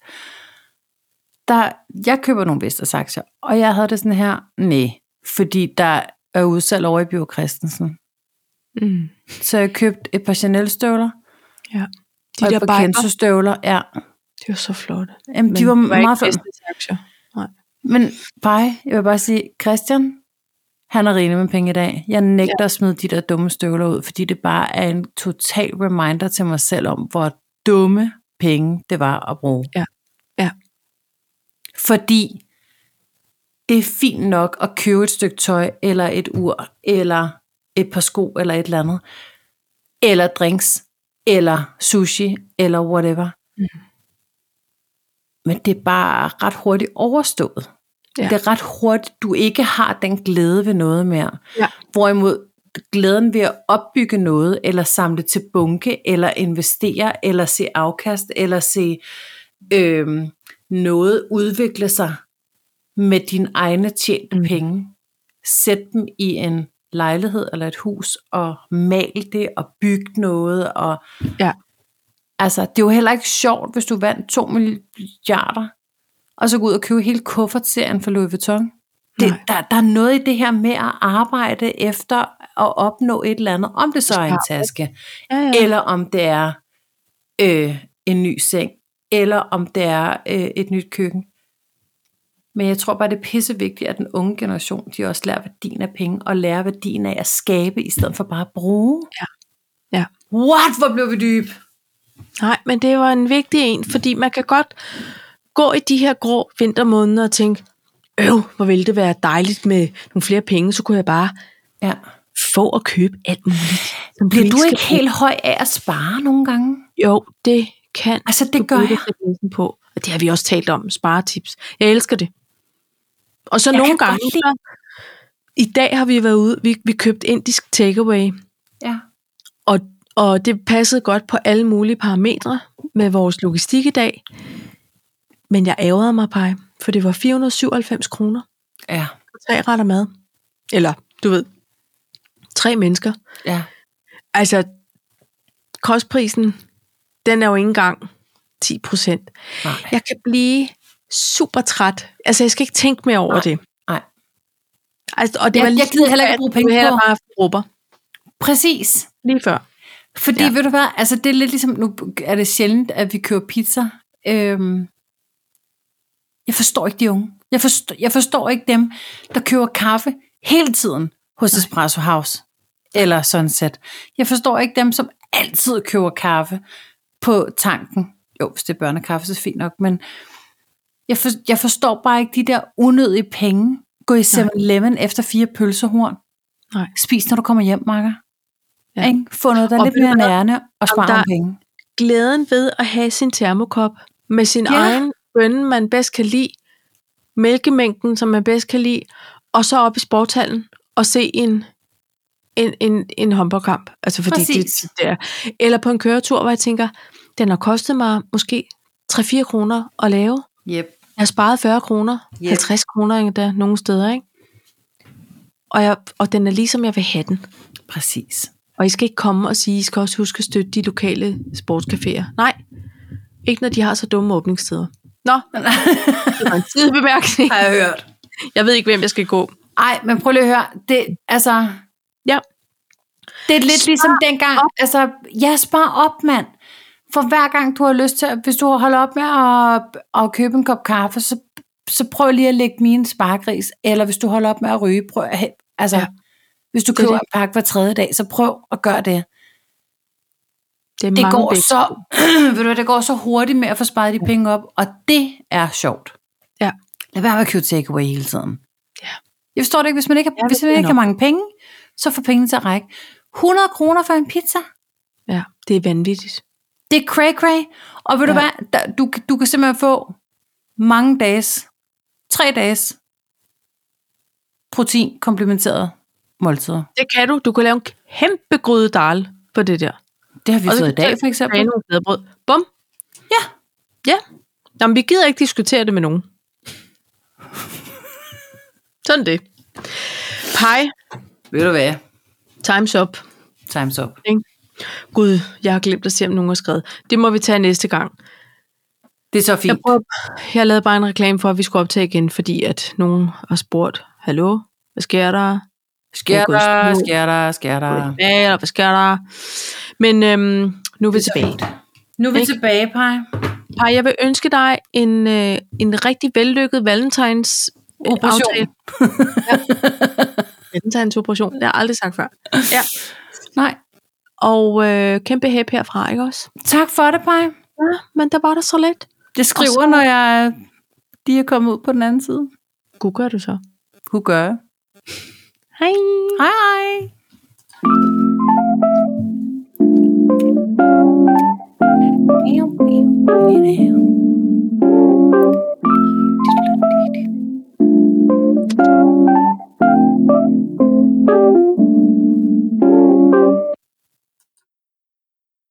Speaker 2: Jeg køber nogle Vestas aktier, og jeg havde det sådan her, fordi der er udsalg over i Bjørn Christensen. Så jeg købte et par Chanel-støvler,
Speaker 1: de
Speaker 2: og
Speaker 1: der
Speaker 2: et par Kenzo-støvler,
Speaker 1: Det var så flotte.
Speaker 2: Jamen, de var meget
Speaker 1: flotte.
Speaker 2: Men jeg vil bare sige, Christian, han er rigelig med penge i dag. Jeg nægter at smide de der dumme støvler ud, fordi det bare er en total reminder til mig selv om, hvor dumme penge det var at bruge.
Speaker 1: Ja.
Speaker 2: Fordi det er fint nok at købe et stykke tøj, eller et ur, eller et par sko, eller et eller andet. Eller drinks, eller sushi, eller whatever. Men det er bare ret hurtigt overstået. Det er ret hurtigt, du ikke har den glæde ved noget mere. Hvorimod glæden ved at opbygge noget, eller samle til bunke, eller investere, eller se afkast, eller se noget udvikle sig med dine egne tjente penge. Sæt dem i en lejlighed eller et hus, og mal det, og bygge noget. Og altså, det er jo heller ikke sjovt, hvis du vandt 2 milliarder, og så gå ud og købe hele kuffertserien for Louis Vuitton. Der er noget i det her med at arbejde efter at opnå et eller andet, om det så er en taske, eller om det er en ny seng, eller om det er et nyt køkken. Men jeg tror bare, det er pissevigtigt, at den unge generation, de også lærer værdien af penge, og lærer værdien af at skabe, i stedet for bare at bruge.
Speaker 1: Ja.
Speaker 2: What? Hvor blev vi dyb?
Speaker 1: Nej, men det var en vigtig en, fordi man kan godt gå i de her grå vintermåneder og tænke, hvor ville det være dejligt med nogle flere penge, så kunne jeg bare få og købe alt muligt.
Speaker 2: Bliver du ikke helt høj af at spare nogle gange?
Speaker 1: Jo, det kan.
Speaker 2: Altså det gør jeg.
Speaker 1: På. Og det har vi også talt om, sparetips. Jeg elsker det. Og så nogle gange, i dag har vi været ude, vi købte indisk takeaway.
Speaker 2: Ja.
Speaker 1: Og det passede godt på alle mulige parametre med vores logistik i dag. Men jeg ærgerede mig, Paj, for det var 497 kroner.
Speaker 2: Ja.
Speaker 1: 3 retter mad. Eller, du ved, 3 mennesker.
Speaker 2: Ja.
Speaker 1: Altså, kostprisen, den er jo ikke engang 10%.
Speaker 2: Nej.
Speaker 1: Jeg kan blive super træt. Altså, jeg skal ikke tænke mere over det.
Speaker 2: Nej.
Speaker 1: Altså, og det var
Speaker 2: jeg gider heller ikke bruge penge på.
Speaker 1: Bare grupper.
Speaker 2: Præcis.
Speaker 1: Lige før.
Speaker 2: Fordi, ved du hvad, altså det er lidt ligesom, nu er det sjældent, at vi køber pizza. Jeg forstår ikke de unge. Jeg forstår ikke dem, der køber kaffe hele tiden hos Espresso House. Eller sådan set. Jeg forstår ikke dem, som altid køber kaffe på tanken. Jo, hvis det er børnekaffe, så er det fint nok. Men jeg forstår bare ikke de der unødige penge. Gå i 7-Eleven efter 4 pølsehorn.
Speaker 1: Nej.
Speaker 2: Spis, når du kommer hjem, makker. Ja. Ikke? Få noget, der er lidt mere nærende, og spare nogle penge.
Speaker 1: Glæden ved at have sin termokop med sin egen bønne, man bedst kan lide, mælkemængden, som man bedst kan lide, og så op i sportshallen og se en en håndboldkamp. Altså fordi
Speaker 2: Præcis.
Speaker 1: det er. Eller på en køretur, hvor jeg tænker, den har kostet mig måske 3-4 kroner at lave.
Speaker 2: Yep.
Speaker 1: Jeg har sparet 40 kroner, 50 kroner endda nogle steder, ikke? Og den er ligesom jeg vil have den.
Speaker 2: Præcis.
Speaker 1: Og I skal ikke komme og sige, I skal også huske at støtte de lokale sportscaféer. Nej, ikke når de har så dumme åbningstider. Nå, det var en sidebemærkning.
Speaker 2: Har jeg hørt.
Speaker 1: Jeg ved ikke, hvem jeg skal gå.
Speaker 2: Ej, men prøv lige at høre. Det, altså,
Speaker 1: Ja.
Speaker 2: det er lidt ligesom dengang. Altså, spar op, mand. For hver gang du har lyst til, hvis du holder op med at købe en kop kaffe, så prøv lige at lægge min spargris. Eller hvis du holder op med at ryge, prøv at, altså, hvis du køber en pakke hver 3. dag, så prøv at gøre det. Det går så hurtigt med at få sparet de penge op, og det er sjovt.
Speaker 1: Ja.
Speaker 2: Lad være med at købe takeaway hele tiden.
Speaker 1: Ja.
Speaker 2: Jeg forstår det ikke, hvis man ikke har mange penge, så får pengene til at række. 100 kroner for en pizza.
Speaker 1: Ja, det er vanvittigt.
Speaker 2: Det er cray-cray. Og ved du hvad, du kan simpelthen få mange dages, 3 dages protein komplementeret måltider. Det
Speaker 1: kan du. Du kan lave en kæmpe gryde dal på det der.
Speaker 2: Det har vi fået i dag, for eksempel.
Speaker 1: Bum.
Speaker 2: Ja.
Speaker 1: Ja. Nå, men vi gider ikke diskutere det med nogen. Sådan det. Pej.
Speaker 2: Ved du hvad?
Speaker 1: Time's up.
Speaker 2: Time's up.
Speaker 1: Gud, jeg har glemt at se, om nogen har skrevet. Det må vi tage næste gang.
Speaker 2: Det er så fint.
Speaker 1: Jeg lavede bare en reklame for, at vi skulle optage igen, fordi at nogen har spurgt, hallo, hvad sker der?
Speaker 2: Sker der?
Speaker 1: Hvad sker der? Men nu er vi tilbage.
Speaker 2: Nu er vi tilbage, Paj.
Speaker 1: Paj, jeg vil ønske dig en rigtig vellykket valentines
Speaker 2: operation.
Speaker 1: Valentines operation, det har jeg aldrig sagt før. Ja.
Speaker 2: Nej.
Speaker 1: Og kæmpe hæb herfra, ikke også?
Speaker 2: Tak for det, Paj.
Speaker 1: Ja, men der var der så lidt.
Speaker 2: Det skriver, når de er kommet ud på den anden side.
Speaker 1: God gør du så.
Speaker 2: God gør.
Speaker 1: Hej.
Speaker 2: Hej.